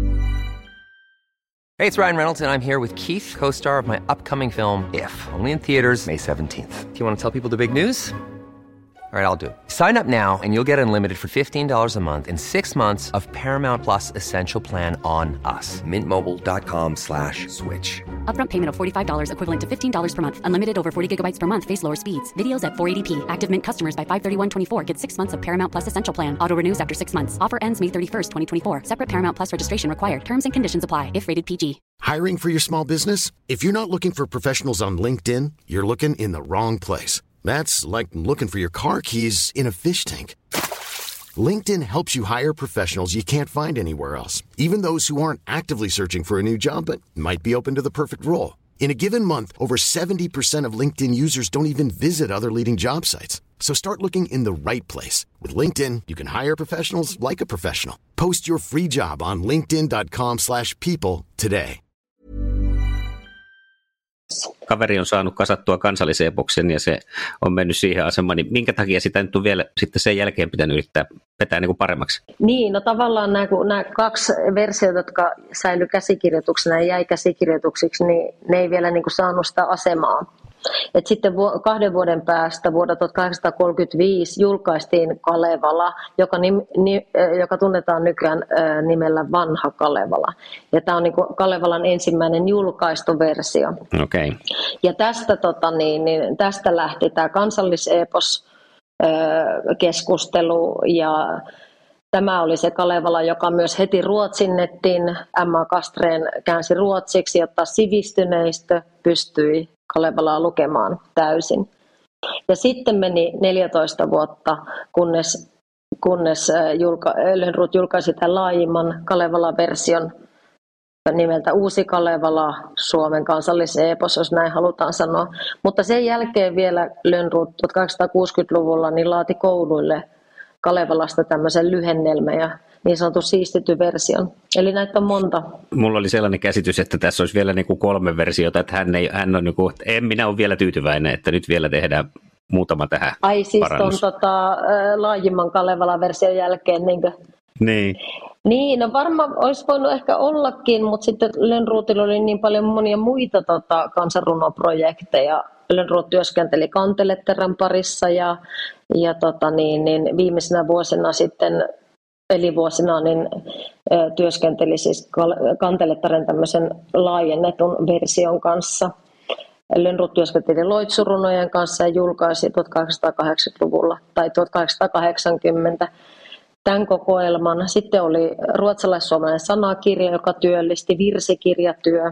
Hey, it's Ryan Reynolds, and I'm here with Keith, co-star of my upcoming film, If, only in theaters May 17th. Do you want to tell people the big news? All right, I'll do it. Sign up now and you'll get unlimited for $15 a month and 6 months of Paramount Plus Essential Plan on us. MintMobile.com/switch. Upfront payment of $45 equivalent to $15 per month. Unlimited over 40 gigabytes per month. Face lower speeds. Videos at 480p. Active Mint customers by 531.24 get 6 months of Paramount Plus Essential Plan. Auto renews after 6 months. Offer ends May 31st, 2024. Separate Paramount Plus registration required. Terms and conditions apply if rated PG. Hiring for your small business? If you're not looking for professionals on LinkedIn, you're looking in the wrong place. That's like looking for your car keys in a fish tank. LinkedIn helps you hire professionals you can't find anywhere else, even those who aren't actively searching for a new job but might be open to the perfect role. In a given month, over 70% of LinkedIn users don't even visit other leading job sites. So start looking in the right place. With LinkedIn, you can hire professionals like a professional. Post your free job on linkedin.com/people today. Kaveri on saanut kasattua kansallisepoksen ja se on mennyt siihen asemaan, niin minkä takia sitä nyt on vielä sitten sen jälkeen pitänyt yrittää vetää niin kuin paremmaksi? Niin, no tavallaan nämä 2 versiota, jotka säilyi käsikirjoituksena ja jäi käsikirjoituksiksi, niin ne ei vielä niin kuin saanut sitä asemaa. Et sitten 2 vuoden päästä, vuonna 1835, julkaistiin Kalevala, joka tunnetaan nykyään nimellä Vanha Kalevala. Ja tämä on niin kuin Kalevalan ensimmäinen julkaistu versio. Okay. Ja tästä lähti tämä kansallisepos keskustelu ja tämä oli se Kalevala, joka myös heti ruotsinnettiin. Emma Castrén käänsi ruotsiksi, jotta sivistyneistö pystyi Kalevalaa lukemaan täysin. Ja sitten meni 14 vuotta, kunnes Lönnrot julkaisi tämän laajimman Kalevala-version nimeltä Uusi Kalevala, Suomen kansallisepos, jos näin halutaan sanoa. Mutta sen jälkeen vielä Lönnrot 1860-luvulla niin laati kouluille Kalevalasta tämmöisen lyhennelmän ja niin sanotun siistitty version. Eli näitä on monta. Mulla oli sellainen käsitys, että tässä olisi vielä niin kuin 3 versiota, että hän on niin kuin, en minä ole vielä tyytyväinen, että nyt vielä tehdään muutama tähän parannus. Tuon laajimman Kalevala-version jälkeen. Niin. Niin, no varmaan olisi voinut ehkä ollakin, mutta sitten Lönnrotilla oli niin paljon monia muita kansanrunoprojekteja. Lönnrot työskenteli Kanteletterän parissa ja viimeisenä vuosina sitten elinvuosina niin työskenteli siis Kantelettaren tämmöisen laajennetun version kanssa. Lönnrot työskenteli loitsurunojen kanssa ja julkaisi 1880-luvulla tai 1880 tämän kokoelman. Sitten oli ruotsalais-suomalainen sanakirja, joka työllisti, virsikirjatyö.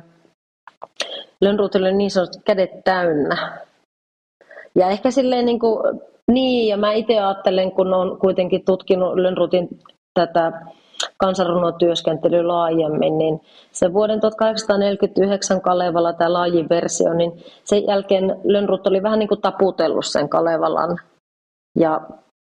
Lönnrotilla oli niin sanotut kädet täynnä. Ja ehkä silleen niin kuin Niin, ja mä itse ajattelen, kun olen kuitenkin tutkinut Lönnrotin tätä kansanrunotyöskentelyä laajemmin, niin se vuoden 1849 Kalevala, tämä laajin versio, niin sen jälkeen Lönnrot oli vähän niin kuin taputellut sen Kalevalan, ja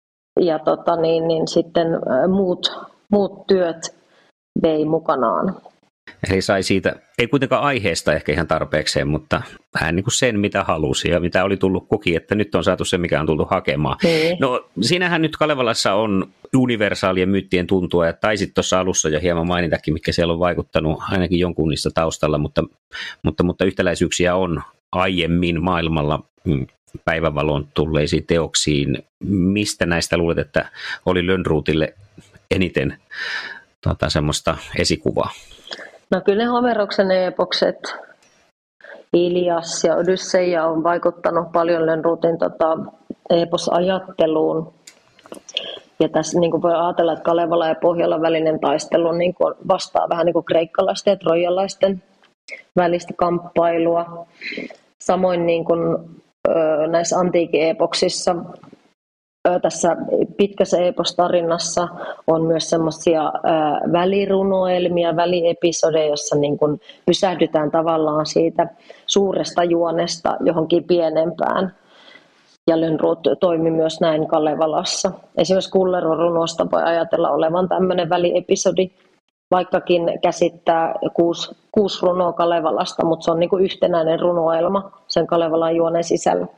sitten muut työt vei mukanaan. Eli sai siitä, ei kuitenkaan aiheesta ehkä ihan tarpeekseen, mutta vähän niin kuin sen, mitä halusi ja mitä oli tullut koki, että nyt on saatu se, mikä on tullut hakemaan. No siinähän nyt Kalevalassa on universaalien myyttien tuntua, ja taisit tuossa alussa jo hieman mainitakin, mitkä siellä on vaikuttanut ainakin jonkun niistä taustalla, mutta yhtäläisyyksiä on aiemmin maailmalla päivävalon tulleisiin teoksiin. Mistä näistä luulet, että oli Lönnrotille eniten semmoista esikuvaa? No kyllä ne Homeroksen epokset, Ilias ja Odysseia on vaikuttanut paljon Lönnrotin eposajatteluun. Ja tässä niin kuin voi ajatella, että Kalevala ja Pohjolan välinen taistelu niin kuin vastaa vähän niin kuin kreikkalaisten ja trojalaisten välistä kamppailua. Samoin niin kuin, näissä antiikin epoksissa, tässä pitkässä epostarinassa on myös semmoisia välirunoelmia, väliepisodeja, joissa niin kuin pysähdytään tavallaan siitä suuresta juonesta johonkin pienempään. Ja Lönnrot toimi myös näin Kalevalassa. Esimerkiksi Kullervon runosta voi ajatella olevan tämmöinen väliepisodi, vaikkakin käsittää 6 runoa Kalevalasta, mutta se on niin kuin yhtenäinen runoelma sen Kalevalan juonen sisällä.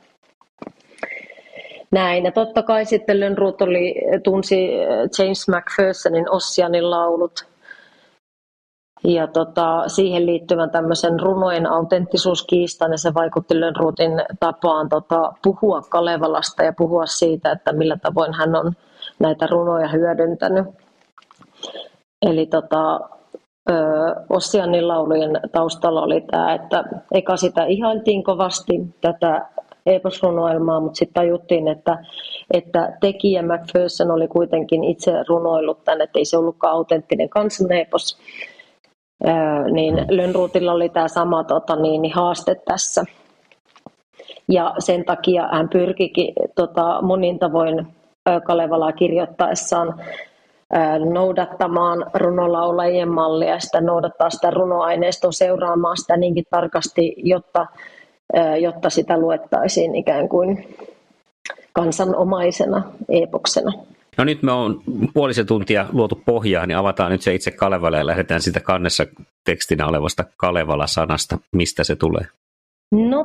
Näin, ja totta kai sitten Lönnrot tunsi James Macphersonin Ossianin laulut ja siihen liittyvän tämmöisen runojen autenttisuuskiistan, ja se vaikutti Lönnrotin tapaan puhua Kalevalasta ja puhua siitä, että millä tavoin hän on näitä runoja hyödyntänyt. Eli Ossianin laulujen taustalla oli tämä, että eka sitä ihailtiin kovasti tätä eposrunoelmaa, mutta sitten tajuttiin, että tekijä Macpherson oli kuitenkin itse runoillut tämän, että ei se ollutkaan autenttinen kansanepos. Niin Lönnrotilla oli tämä sama haaste tässä. Ja sen takia hän pyrkikin monin tavoin Kalevalaa kirjoittaessaan noudattamaan runolaulajien mallia ja sitä noudattaa sitä runoaineiston seuraamaan sitä niinkin tarkasti, jotta sitä luettaisiin ikään kuin kansanomaisena epoksena. No nyt me on puolisen tuntia luotu pohjaa, niin avataan nyt se itse Kalevala ja lähdetään sitä kannessa tekstinä olevasta Kalevala-sanasta. Mistä se tulee? No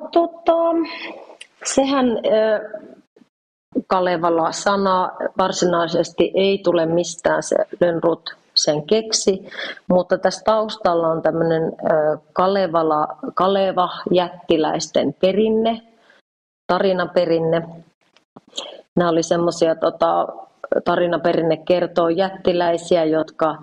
sehän Kalevala-sana varsinaisesti ei tule mistään, se Lönnrot sen keksi, mutta tässä taustalla on tämmöinen Kaleva-jättiläisten perinne, tarinaperinne. Nämä oli semmoisia, tarinaperinne kertoo jättiläisiä, jotka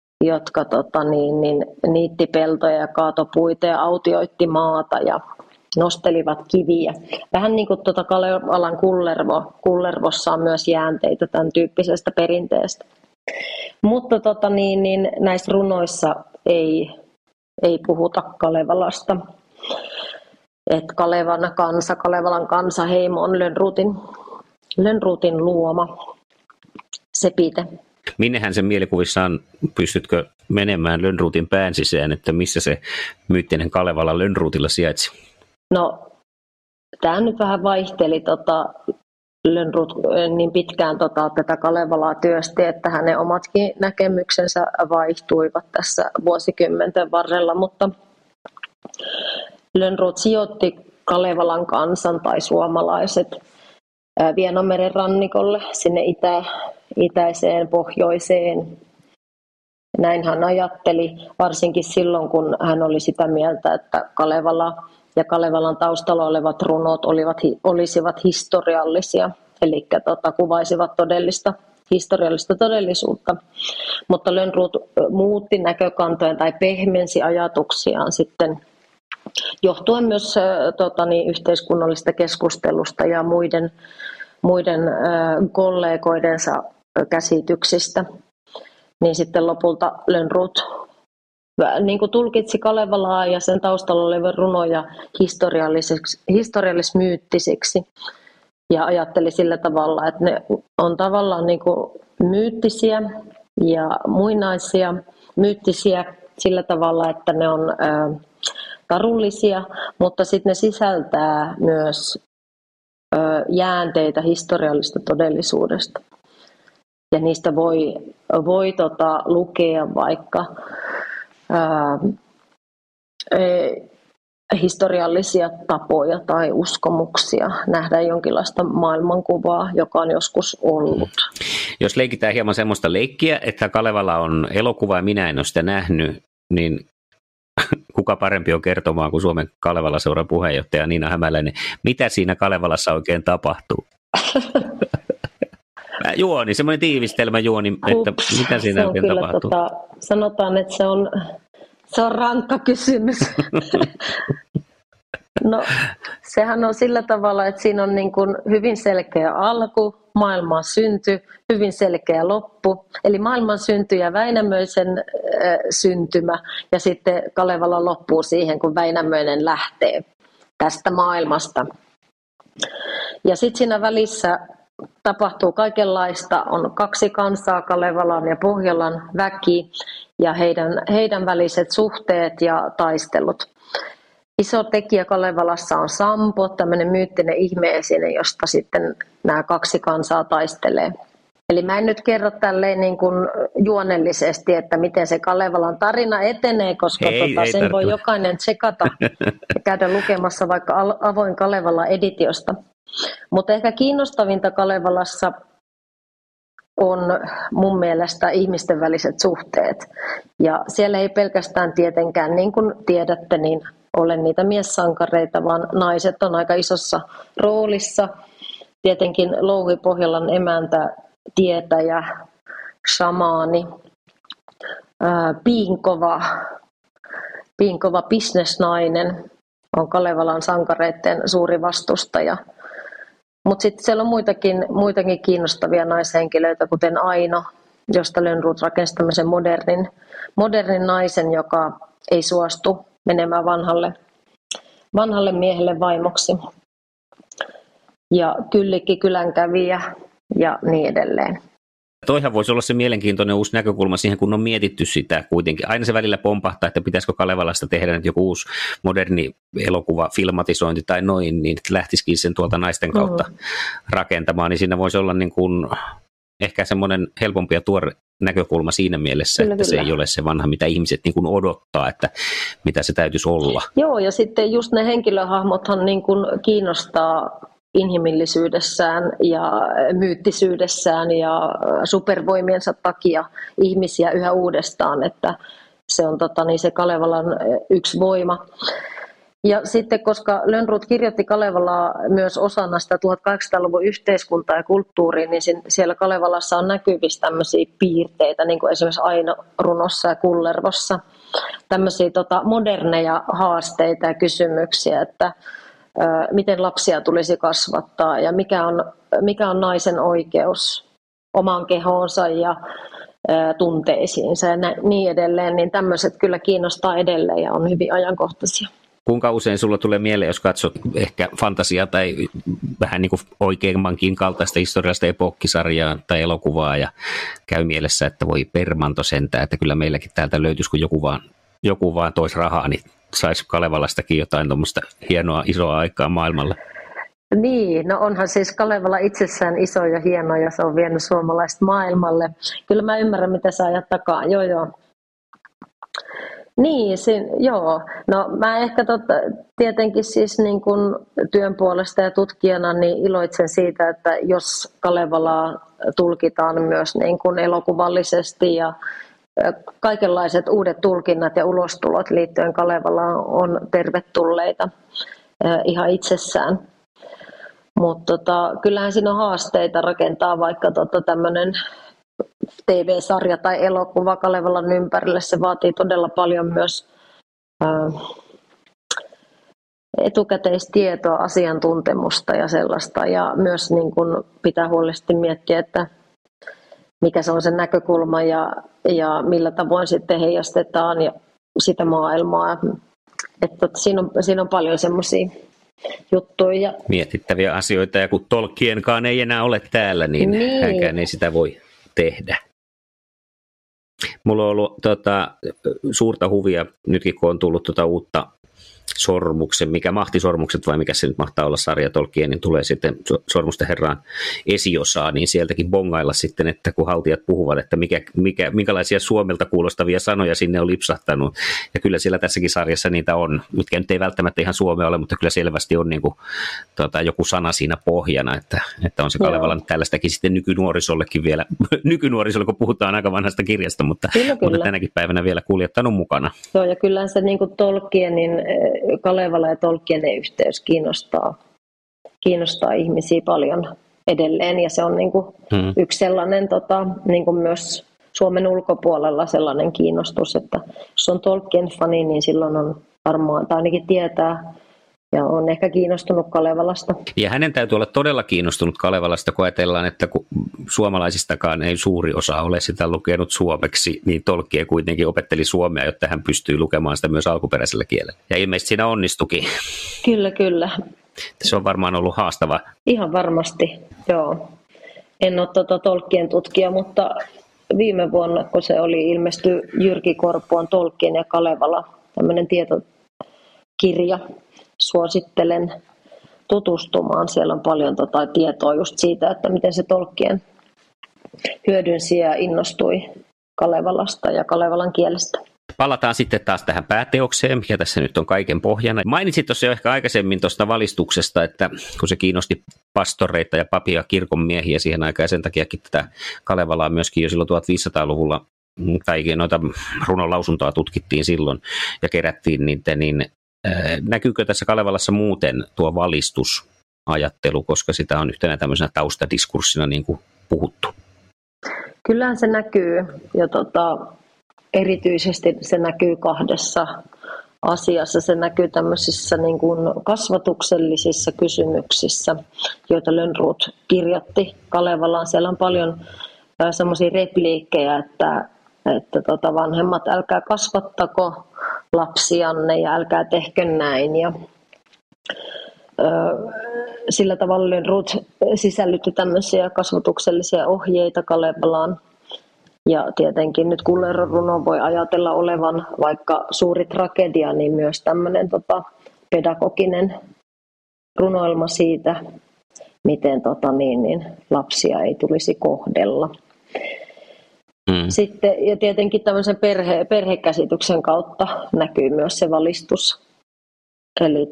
niitti peltoja ja kaatopuita ja autioitti maata ja nostelivat kiviä. Vähän niin kuin Kalevalan Kullervossa on myös jäänteitä tämän tyyppisestä perinteestä. Mutta näissä runoissa ei puhuta Kalevalasta. Et Kalevalan kansaheimo on Lönnrotin luoma sepite. Minnehän sen mielikuvissaan, pystytkö menemään Lönnrotin pään sisään, että missä se myyttinen Kalevala Lönnrotilla sijaitsi? No, tämä nyt vähän vaihteli. Lönnrot niin pitkään tätä Kalevalaa työsti, että hänen omatkin näkemyksensä vaihtuivat tässä vuosikymmenten varrella, mutta Lönnrot sijoitti Kalevalan kansan tai suomalaiset Vienanmeren rannikolle sinne itäiseen, pohjoiseen. Näin hän ajatteli, varsinkin silloin, kun hän oli sitä mieltä, että Kalevala ja Kalevalan taustalla olevat runot olisivat historiallisia, eli kuvaisivat historiallista todellisuutta. Mutta Lönnrot muutti näkökantojen tai pehmensi ajatuksiaan sitten johtuen myös yhteiskunnallisesta keskustelusta ja muiden kollegoidensa käsityksistä. Niin sitten lopulta Lönnrot niin kuin tulkitsi Kalevalaa ja sen taustalla olevia runoja historiallis-myyttisiksi. Ja ajatteli sillä tavalla, että ne on tavallaan niin kuin myyttisiä ja muinaisia, myyttisiä sillä tavalla, että ne on tarullisia, mutta sitten ne sisältää myös jäänteitä historiallisesta todellisuudesta. Ja niistä voi lukea vaikka historiallisia tapoja tai uskomuksia, nähdä jonkinlaista maailmankuvaa, joka on joskus ollut. Jos leikitään hieman semmoista leikkiä, että Kalevala on elokuva ja minä en ole sitä nähnyt, niin kuka parempi on kertomaan kuin Suomen Kalevala-seuran puheenjohtaja Niina Hämäläinen, mitä siinä Kalevalassa oikein tapahtuu? Juoni, semmoinen tiivistelmä juoni, että mitä siinä oikein kyllä, tapahtuu? Sanotaan, että se on rankka kysymys. No, sehän on sillä tavalla, että siinä on niin kuin hyvin selkeä alku, maailman synty, hyvin selkeä loppu. Eli maailman synty ja Väinämöisen syntymä, ja sitten Kalevala loppuu siihen, kun Väinämöinen lähtee tästä maailmasta. Ja sitten siinä välissä tapahtuu kaikenlaista, on 2 kansaa, Kalevalan ja Pohjolan väki, ja heidän väliset suhteet ja taistelut. Iso tekijä Kalevalassa on Sampo, tämmöinen myyttinen ihmeesine, josta sitten nämä 2 kansaa taistelee. Eli mä en nyt kerro tälleen niin kuin juonellisesti, että miten se Kalevalan tarina etenee, koska sen voi jokainen tsekata ja käydä lukemassa vaikka avoin Kalevala-editiosta. Mutta ehkä kiinnostavinta Kalevalassa on mun mielestä ihmisten väliset suhteet. Ja siellä ei pelkästään tietenkään, niin kuin tiedätte, niin ole niitä miessankareita, vaan naiset on aika isossa roolissa. Tietenkin Louhi, Pohjolan emäntä, tietäjä, shamaani, piinkova bisnesnainen on Kalevalan sankareiden suuri vastustaja. Mutta sitten siellä on muitakin kiinnostavia naishenkilöitä, kuten Aino, josta Lönnrot rakensi tämmöisen modernin naisen, joka ei suostu menemään vanhalle miehelle vaimoksi. Ja Kyllikki kylänkävijä ja niin edelleen. Toihan voisi olla se mielenkiintoinen uusi näkökulma siihen, kun on mietitty sitä kuitenkin. Aina se välillä pompahtaa, että pitäisikö Kalevalasta tehdä nyt joku uusi moderni elokuva, filmatisointi tai noin, niin lähtisikin sen tuolta naisten kautta rakentamaan. Niin siinä voisi olla niin kuin ehkä semmoinen helpompi ja tuore näkökulma siinä mielessä, kyllä, että kyllä. Se ei ole se vanha, mitä ihmiset niin kuin odottaa, että mitä se täytyisi olla. Joo, ja sitten just ne henkilöhahmothan niin kuin kiinnostaa inhimillisyydessään ja myyttisyydessään ja supervoimiensa takia ihmisiä yhä uudestaan, että se on se Kalevalan yksi voima. Ja sitten, koska Lönnrot kirjoitti Kalevalaa myös osana sitä 1800-luvun yhteiskuntaa ja kulttuuria, niin siellä Kalevalassa on näkyvissä tämmöisiä piirteitä, niin kuin esimerkiksi Aino-runossa ja Kullervossa, tämmöisiä moderneja haasteita ja kysymyksiä, että miten lapsia tulisi kasvattaa ja mikä on naisen oikeus omaan kehoonsa ja tunteisiinsa ja niin edelleen, niin tämmöiset kyllä kiinnostaa edelleen ja on hyvin ajankohtaisia. Kuinka usein sulla tulee mieleen, jos katsot ehkä fantasiaa tai vähän niin kuin oikeammankin kaltaista historiallista epokkisarjaa tai elokuvaa ja käy mielessä, että voi permanto sentään, että kyllä meilläkin täältä löytyisi, kun joku vaan toisi rahaa, niin saisi Kalevalastakin jotain tuommoista hienoa isoa aikaa maailmalla. Niin, no onhan siis Kalevala itsessään iso ja hieno ja se on vienyt suomalaista maailmalle. Kyllä mä ymmärrän, mitä sä ajat takaa. Joo. Niin, joo. No mä ehkä tietenkin siis niin kun työn puolesta ja tutkijana niin iloitsen siitä, että jos Kalevalaa tulkitaan myös niin kun elokuvallisesti ja kaikenlaiset uudet tulkinnat ja ulostulot liittyen Kalevalaan on tervetulleita ihan itsessään. Mutta kyllähän siinä on haasteita rakentaa vaikka tämmöinen TV-sarja tai elokuva Kalevalan ympärille. Se vaatii todella paljon myös etukäteistietoa, asiantuntemusta ja sellaista. Ja myös niin kun pitää huolellisesti miettiä, että mikä se on se näkökulma ja millä tavoin sitten heijastetaan ja sitä maailmaa. Että siinä on paljon semmoisia juttuja. Mietittäviä asioita, ja kun Tolkienkaan ei enää ole täällä, niin hänkään ei sitä voi tehdä. Mulla on ollut suurta huvia, nytkin kun on tullut uutta Sormuksen, mikä Mahtisormukset vai mikä se nyt mahtaa olla sarja Tolkien, niin tulee sitten Sormusten herraan esiosaa, niin sieltäkin bongailla sitten, että kun haltijat puhuvat, että minkälaisia Suomelta kuulostavia sanoja sinne on lipsahtanut. Ja kyllä siellä tässäkin sarjassa niitä on, mitkä nyt ei välttämättä ihan suomea ole, mutta kyllä selvästi on niin kuin, joku sana siinä pohjana, että on se Kalevalan tällaistakin sitten nykynuorisollekin vielä, nykynuorisolle kun puhutaan aika vanhasta kirjasta, mutta tänäkin päivänä vielä kuljettanut mukana. Joo, ja kyllähän se niin kuin Tolkienin Kalevala ja Tolkienin yhteys kiinnostaa ihmisiä paljon edelleen, ja se on niin kuin yksi sellainen niin kuin myös Suomen ulkopuolella sellainen kiinnostus, että jos on Tolkien-fani, niin silloin on varmaan, tai ainakin tietää, ja on ehkä kiinnostunut Kalevalasta. Ja hänen täytyy olla todella kiinnostunut Kalevalasta, kun ajatellaan, että kun suomalaisistakaan ei suuri osa ole sitä lukenut suomeksi, niin Tolkien kuitenkin opetteli suomea, jotta hän pystyy lukemaan sitä myös alkuperäisellä kielellä. Ja ilmeisesti siinä onnistukin. Kyllä. Se on varmaan ollut haastava. Ihan varmasti, joo. En ole Tolkien tutkija, mutta viime vuonna, kun se oli ilmestyi Jyrki Korpoon Tolkien ja Kalevala, tämmöinen tietokirja, suosittelen tutustumaan. Siellä on paljon tietoa just siitä, että miten se Tolkien hyödynsi ja innostui Kalevalasta ja Kalevalan kielestä. Palataan sitten taas tähän pääteokseen, mikä tässä nyt on kaiken pohjana. Mainitsit tuossa jo ehkä aikaisemmin tuosta valistuksesta, että kun se kiinnosti pastoreita ja papia kirkonmiehiä siihen aikaan, ja sen takiakin tätä Kalevalaa myöskin jo silloin 1500-luvulla, tai noita runonlausuntoa tutkittiin silloin ja kerättiin niitä, niin näkyykö tässä Kalevalassa muuten tuo valistusajattelu, koska sitä on yhtenä tämmöisenä taustadiskurssina niin kuin puhuttu? Kyllähän se näkyy, ja erityisesti se näkyy kahdessa asiassa. Se näkyy tämmöisissä niin kuin kasvatuksellisissa kysymyksissä, joita Lönnrot kirjoitti Kalevalaan. Siellä on paljon semmoisia repliikkejä, että vanhemmat, älkää kasvattako lapsianne ja älkää tehkö näin. Ja, sillä tavalla Lönnrot sisällytti tämmöisiä kasvatuksellisia ohjeita Kalevalaan. Ja tietenkin nyt Kulleron runo voi ajatella olevan vaikka suuri tragedia, niin myös tämmöinen pedagoginen runoilma siitä, miten lapsia ei tulisi kohdella. Sitten, ja tietenkin tämmöisen perhekäsityksen kautta näkyy myös se valistus. Eli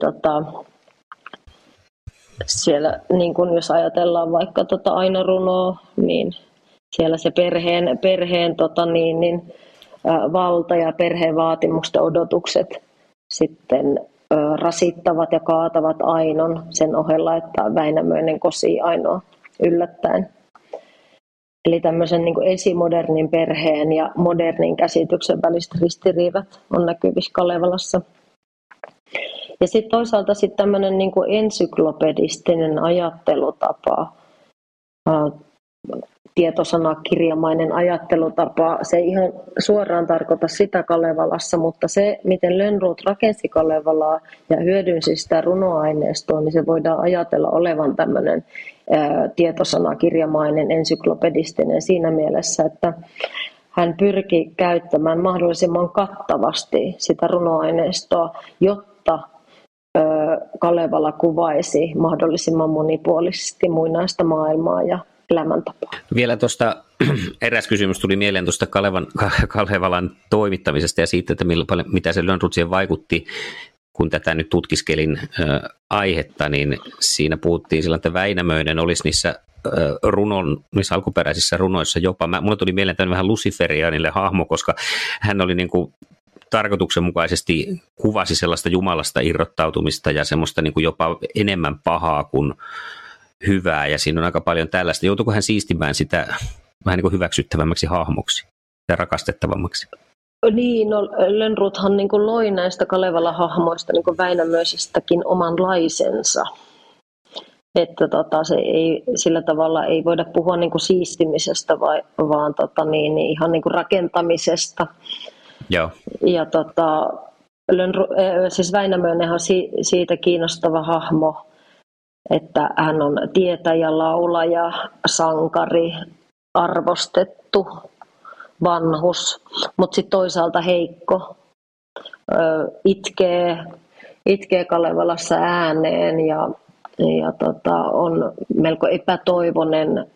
siellä, niin kun jos ajatellaan vaikka Aino-runoa, niin siellä se perheen valta ja perheen vaatimukset ja odotukset sitten rasittavat ja kaatavat Ainon sen ohella, että Väinämöinen kosii Ainoa yllättäen. Eli tämmöisen niin kuin esimodernin perheen ja modernin käsityksen väliset ristiriidat on näkyvissä Kalevalassa. Ja sitten toisaalta tämmöinen niin kuin ensyklopedistinen ajattelutapa, tietosanakirjamainen ajattelutapa, se ei ihan suoraan tarkoita sitä Kalevalassa, mutta se, miten Lönnrot rakensi Kalevalaa ja hyödynsi sitä runoaineistoa, niin se voidaan ajatella olevan tämmöinen tietosanakirjamainen, ensyklopedistinen siinä mielessä, että hän pyrki käyttämään mahdollisimman kattavasti sitä runoaineistoa, jotta Kalevala kuvaisi mahdollisimman monipuolisesti muinaista maailmaa ja elämäntapaa. Vielä tuosta eräs kysymys tuli mieleen tuosta Kalevalan toimittamisesta ja siitä, että mitä se Lönnrot siihen vaikutti. Kun tätä nyt tutkiskelin aihetta, niin siinä puhuttiin sillä, että Väinämöinen olisi niissä alkuperäisissä runoissa jopa. Mulle tuli mieleen tämän vähän luciferianille hahmo, koska hän oli niin kuin tarkoituksenmukaisesti kuvasi sellaista Jumalasta irrottautumista ja semmoista niin kuin jopa enemmän pahaa kuin hyvää, ja siinä on aika paljon tällaista. Joutuiko hän siistimään sitä vähän niin kuin hyväksyttävämmäksi hahmoksi ja rakastettavammaksi? Niin, Lönnrothan niin kuin loi näistä Kalevala-hahmoista niin kuin Väinämöisestäkin omanlaisensa. Että se ei, sillä tavalla ei voida puhua niin kuin siistimisestä, vaan ihan niin kuin rakentamisesta. Joo. Ja siis Väinämöinen on siitä kiinnostava hahmo, että hän on tietäjä, laulaja, sankari, arvostettu, vanhus, mutta sitten toisaalta heikko, itkee Kalevalassa ääneen ja on melko epätoivoinen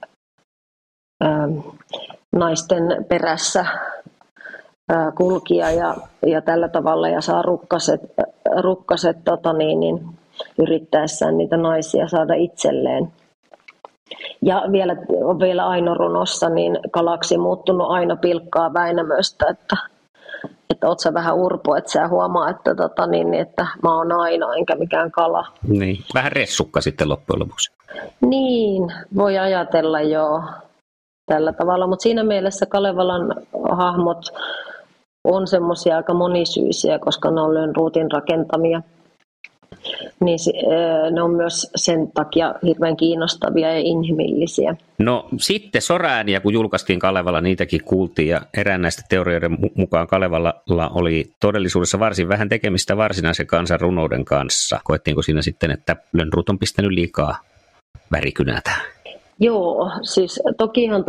naisten perässä kulkija ja tällä tavalla ja saa rukkaset yrittäessään niitä naisia saada itselleen. Ja vielä Aino runossa niin kalaksi muuttunut Aino pilkkaa Väinämöstä, että oot sä vähän urpo, että sä huomaa, että mä oon Aino enkä mikään kala. Niin, vähän ressukka sitten loppujen lopuksi. Niin, voi ajatella joo tällä tavalla, mutta siinä mielessä Kalevalan hahmot on semmoisia aika monisyisiä, koska ne on Lönnrotin rakentamia. Niin ne on myös sen takia hirveän kiinnostavia ja inhimillisiä. No sitten soraääniä, kun julkaistiin Kalevala, niitäkin kuultiin ja erään näistä teorioiden mukaan Kalevalalla oli todellisuudessa varsin vähän tekemistä varsinaisen kansan runouden kanssa. Koettiinko siinä sitten, että Lönnrot on pistänyt liikaa värikynää tähän? Joo, siis tokihan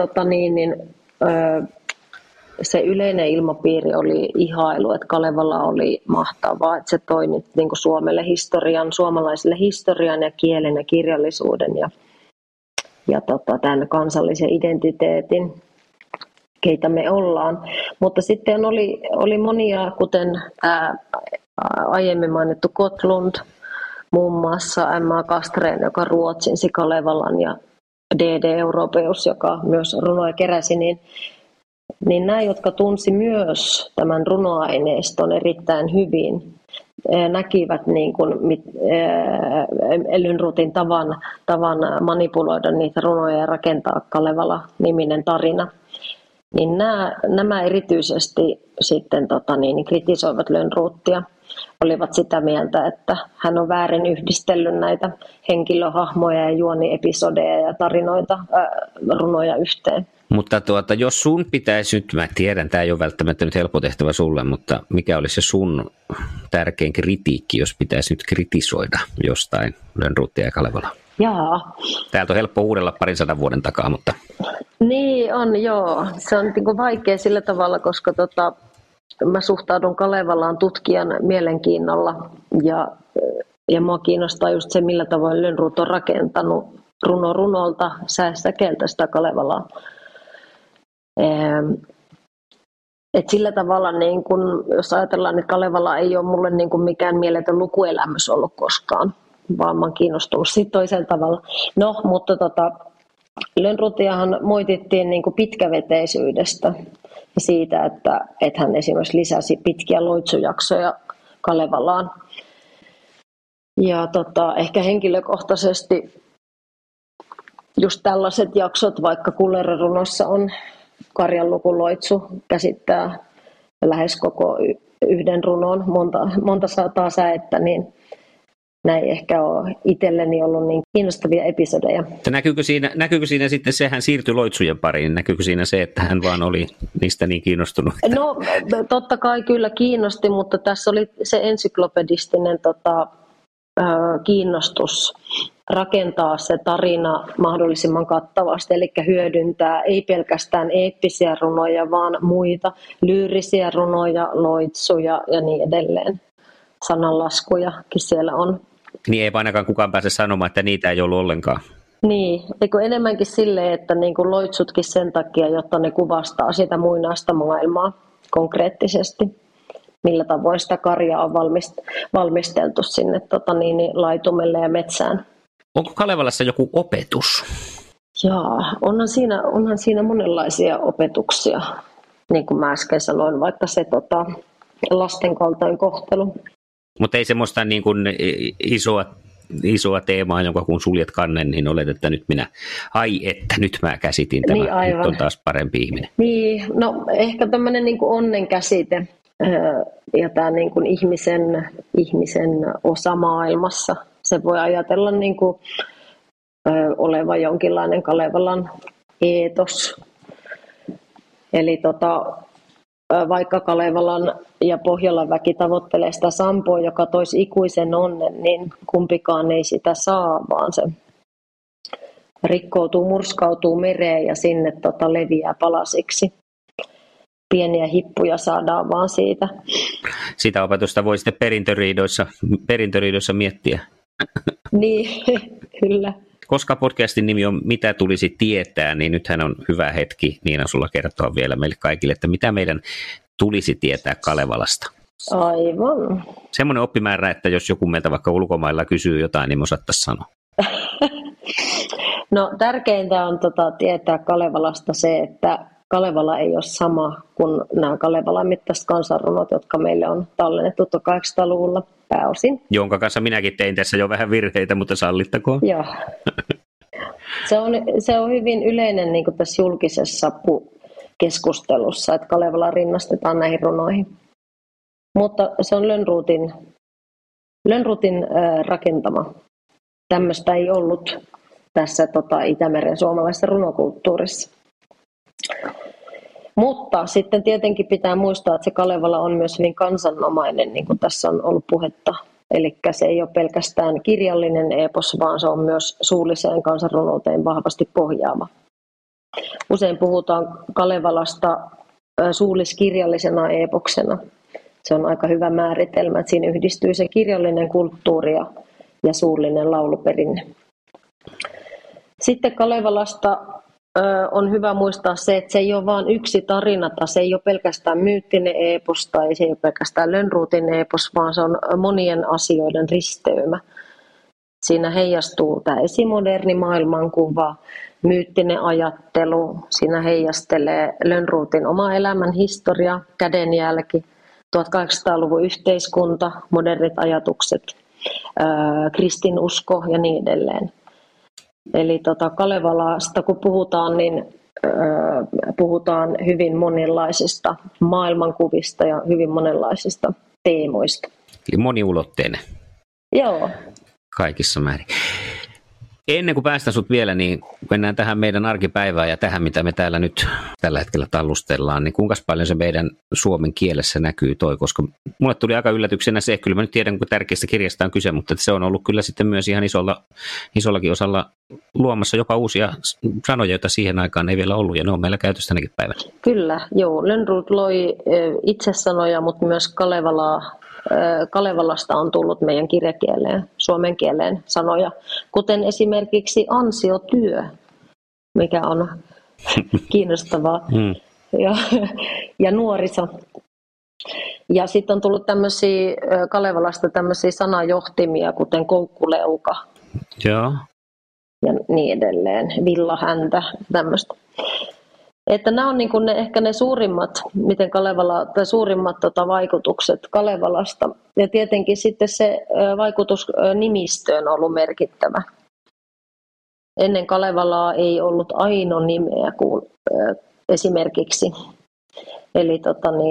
se yleinen ilmapiiri oli ihailu, että Kalevala oli mahtavaa, että se toi nyt niin kuin suomalaiselle historian ja kielen ja kirjallisuuden ja tämän kansallisen identiteetin, keitä me ollaan. Mutta sitten oli monia, kuten aiemmin mainittu Gottlund, muun muassa M.A. Castrén, joka ruotsinsi Kalevalan ja D.D. Europeus, joka myös runoja keräsi, niin nämä, jotka tunsi myös tämän runoaineiston erittäin hyvin, näkivät niin kuin Lönnrotin tavan manipuloida niitä runoja ja rakentaa Kalevala-niminen tarina. Niin nämä erityisesti sitten kritisoivat Lönnrotia, olivat sitä mieltä, että hän on väärin yhdistellyt näitä henkilöhahmoja ja juoniepisodeja ja tarinoita, runoja yhteen. Mutta jos sun pitäisi nyt, mä tiedän, tämä ei ole välttämättä nyt helppo tehtävä sulle, mutta mikä olisi se sun tärkein kritiikki, jos pitäisi nyt kritisoida jostain Lönnrotia ja Kalevalaa? Jaa. Täältä on helppo huudella 200 vuoden takaa, mutta... Niin on, joo. Se on niin kuin vaikea sillä tavalla, koska mä suhtaudun Kalevalaan tutkijan mielenkiinnolla ja mua kiinnostaa just se, millä tavoin Lönnrot on rakentanut runolta säkeeltä sitä Kalevalaa. Et sillä tavalla, niin kun, jos ajatellaan, että Kalevala ei ole mulle niin kun mikään mieletön lukuelämys ollut koskaan, vaan mä oon kiinnostunut siitä toisella tavalla. No, mutta Lönnrotiahan moitittiin niin kun pitkäveteisyydestä ja siitä, että hän esimerkiksi lisäsi pitkiä loitsujaksoja Kalevalaan. Ja ehkä henkilökohtaisesti just tällaiset jaksot, vaikka Kullerrunossa on Karjanlukuloitsu, käsittää lähes koko yhden runon, monta sataa säettä, niin näin ehkä ole itselleni ollut niin kiinnostavia episodeja. Näkyykö siinä sitten, sehän siirtyi loitsujen pariin, näkyykö siinä se, että hän vaan oli niistä niin kiinnostunut? No totta kai kyllä kiinnosti, mutta tässä oli se ensyklopedistinen kiinnostus rakentaa se tarina mahdollisimman kattavasti, eli hyödyntää ei pelkästään eeppisiä runoja, vaan muita lyyrisiä runoja, loitsuja ja niin edelleen. Sananlaskujakin siellä on. Niin ei ainakaan kukaan pääse sanomaan, että niitä ei ollut ollenkaan. Niin, eikö enemmänkin silleen, että niin kuin loitsutkin sen takia, jotta ne kuvastaa sitä muinaista maailmaa konkreettisesti. Millä tavoin sitä karjaa on valmisteltu sinne laitumelle ja metsään. Onko Kalevalassa joku opetus? Jaa, onhan siinä monenlaisia opetuksia, niin kuin mä äsken sanoin, vaikka se lasten kaltoinkohtelu. Mutta ei semmoista niin kuin isoa teemaa, jonka kun suljet kannen, niin olet, että nyt nyt mä käsitin tämän, niin nyt on taas parempi ihminen. Niin, no ehkä tämmöinen niin kuin onnen käsite ja tämä niin kuin ihmisen osa maailmassa. Se voi ajatella niin kuin oleva jonkinlainen Kalevalan eetos. Eli vaikka Kalevalan ja Pohjolan väki tavoittelee sitä sampoa, joka toisi ikuisen onnen, niin kumpikaan ei sitä saa, vaan se rikkoutuu, murskautuu mereen ja sinne leviää palasiksi. Pieniä hippuja saadaan vaan siitä. Sitä opetusta voi sitten perintöriidoissa miettiä. Niin, kyllä. Koska podcastin nimi on Mitä tulisi tietää, niin nythän on hyvä hetki Niina sulla kertoa vielä meille kaikille, että mitä meidän tulisi tietää Kalevalasta. Aivan. Semmoinen oppimäärä, että jos joku meiltä vaikka ulkomailla kysyy jotain, niin me osattaisiin sanoa. No tärkeintä on tietää Kalevalasta se, että Kalevala ei ole sama kuin nämä Kalevalan mittaiset kansanrunot, jotka meille on tallennettu 1800-luvulla pääosin. Jonka kanssa minäkin tein tässä jo vähän virheitä, mutta sallittakoon. Joo. Se on hyvin yleinen niin kuin tässä julkisessa keskustelussa, että Kalevala rinnastetaan näihin runoihin. Mutta se on Lönnrotin rakentama. Tämmöistä ei ollut tässä Itämeren suomalaisessa runokulttuurissa. Mutta sitten tietenkin pitää muistaa, että se Kalevala on myös hyvin kansanomainen, niin kuin tässä on ollut puhetta. Eli se ei ole pelkästään kirjallinen epos, vaan se on myös suulliseen kansanrunouteen vahvasti pohjaava. Usein puhutaan Kalevalasta suulliskirjallisena epoksena. Se on aika hyvä määritelmä, että siinä yhdistyy se kirjallinen kulttuuri ja suullinen lauluperinne. Sitten Kalevalasta on hyvä muistaa se, että se ei ole vain yksi tarina, se ei ole pelkästään myyttinen epos tai se ei ole pelkästään Lönnrotin epos, vaan se on monien asioiden risteymä. Siinä heijastuu tämä esimoderni maailmankuva, myyttinen ajattelu, siinä heijastelee Lönnrotin oma elämän historia, kädenjälki, 1800-luvun yhteiskunta, modernit ajatukset, kristinusko ja niin edelleen. Eli Kalevalasta kun puhutaan, niin puhutaan hyvin monenlaisista maailmankuvista ja hyvin monenlaisista teemoista. Eli moniulotteinen. Joo. Kaikissa määrin. Ennen kuin päästään sut vielä, niin mennään tähän meidän arkipäivään ja tähän, mitä me täällä nyt tällä hetkellä tallustellaan, niin kuinka paljon se meidän suomen kielessä näkyy koska mulle tuli aika yllätyksenä se, kyllä mä nyt tiedän, kuinka tärkeästä kirjasta on kyse, mutta se on ollut kyllä sitten myös ihan isollakin osalla luomassa jopa uusia sanoja, joita siihen aikaan ei vielä ollut, ja ne on meillä käytössä tänäkin päivänä. Kyllä, joo. Lönnrot loi itsesanoja, mutta myös Kalevalasta on tullut meidän kirjakieleen, suomen kieleen sanoja, kuten esimerkiksi ansiotyö, mikä on kiinnostavaa, ja nuoriso. Ja sitten on tullut Kalevalasta tämmöisiä sanajohtimia, kuten koukkuleuka. Joo. Ja niin edelleen, villahäntä, tämmöistä. Että nämä on niin kuin ehkä ne suurimmat, suurimmat vaikutukset Kalevalasta. Ja tietenkin sitten se vaikutus nimistöön on ollut merkittävä. Ennen Kalevalaa ei ollut ainonimeä esimerkiksi. Eli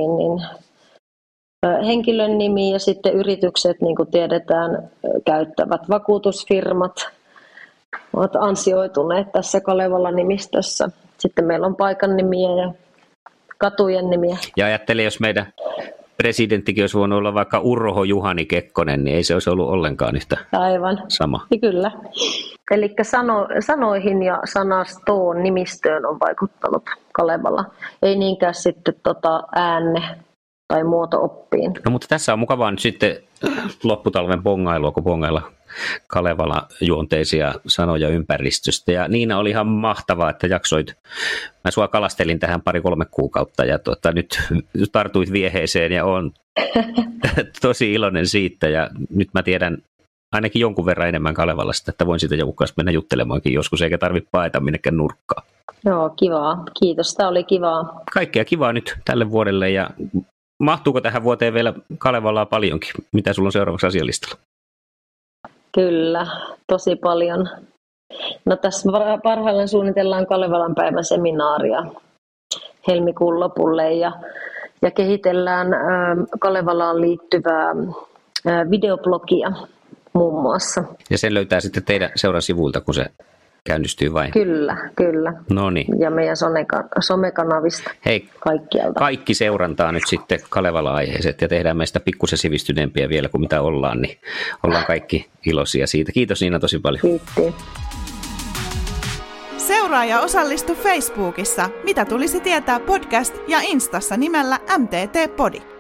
henkilön nimi ja sitten yritykset, niin kuin tiedetään, käyttävät vakuutusfirmat, ovat ansioituneet tässä Kalevalan nimistössä. Sitten meillä on paikan nimiä ja katujen nimiä. Ja ajattelin, jos meidän presidenttikin olisi voinut olla vaikka Urho Juhani Kekkonen, niin ei se olisi ollut ollenkaan yhtä aivan sama. Ja kyllä. Eli sanoihin ja sanastoon, nimistöön on vaikuttanut Kalevala. Ei niinkään sitten äänne tai muoto-oppiin. No mutta tässä on mukavaa nyt sitten lopputalven bongailua, kun bongailla Kalevala-juonteisia sanoja ympäristöstä. Ja Niina, oli ihan mahtavaa, että jaksoit. Mä sua kalastelin tähän 2-3 kuukautta ja nyt tartuit vieheeseen ja olen tosi iloinen siitä. Ja nyt mä tiedän ainakin jonkun verran enemmän Kalevalasta, että voin siitä jonkun kanssa mennä juttelemaankin joskus, eikä tarvitse paeta minnekään nurkkaan. Joo, kivaa. Kiitos, tämä oli kivaa. Kaikkea kivaa nyt tälle vuodelle ja mahtuuko tähän vuoteen vielä Kalevalaa paljonkin? Mitä sulla on seuraavaksi asialistalla? Kyllä, tosi paljon. No tässä parhaillaan suunnitellaan Kalevalan päivän seminaaria helmikuun lopulle ja kehitellään Kalevalaan liittyvää videoblogia muun muassa. Ja sen löytää sitten teidän seuran sivuilta, kun se käynnistyy vai? Kyllä. Noniin. Ja meidän somekanavista. Hei, kaikkialta. Kaikki seurantaa nyt sitten Kalevala-aiheiset ja tehdään meistä pikkusen sivistyneempiä vielä kuin mitä ollaan, niin ollaan kaikki iloisia siitä. Kiitos Niina tosi paljon. Kiitti. Seuraa ja osallistu Facebookissa Mitä tulisi tietää podcast ja Instassa nimellä MTT Podi.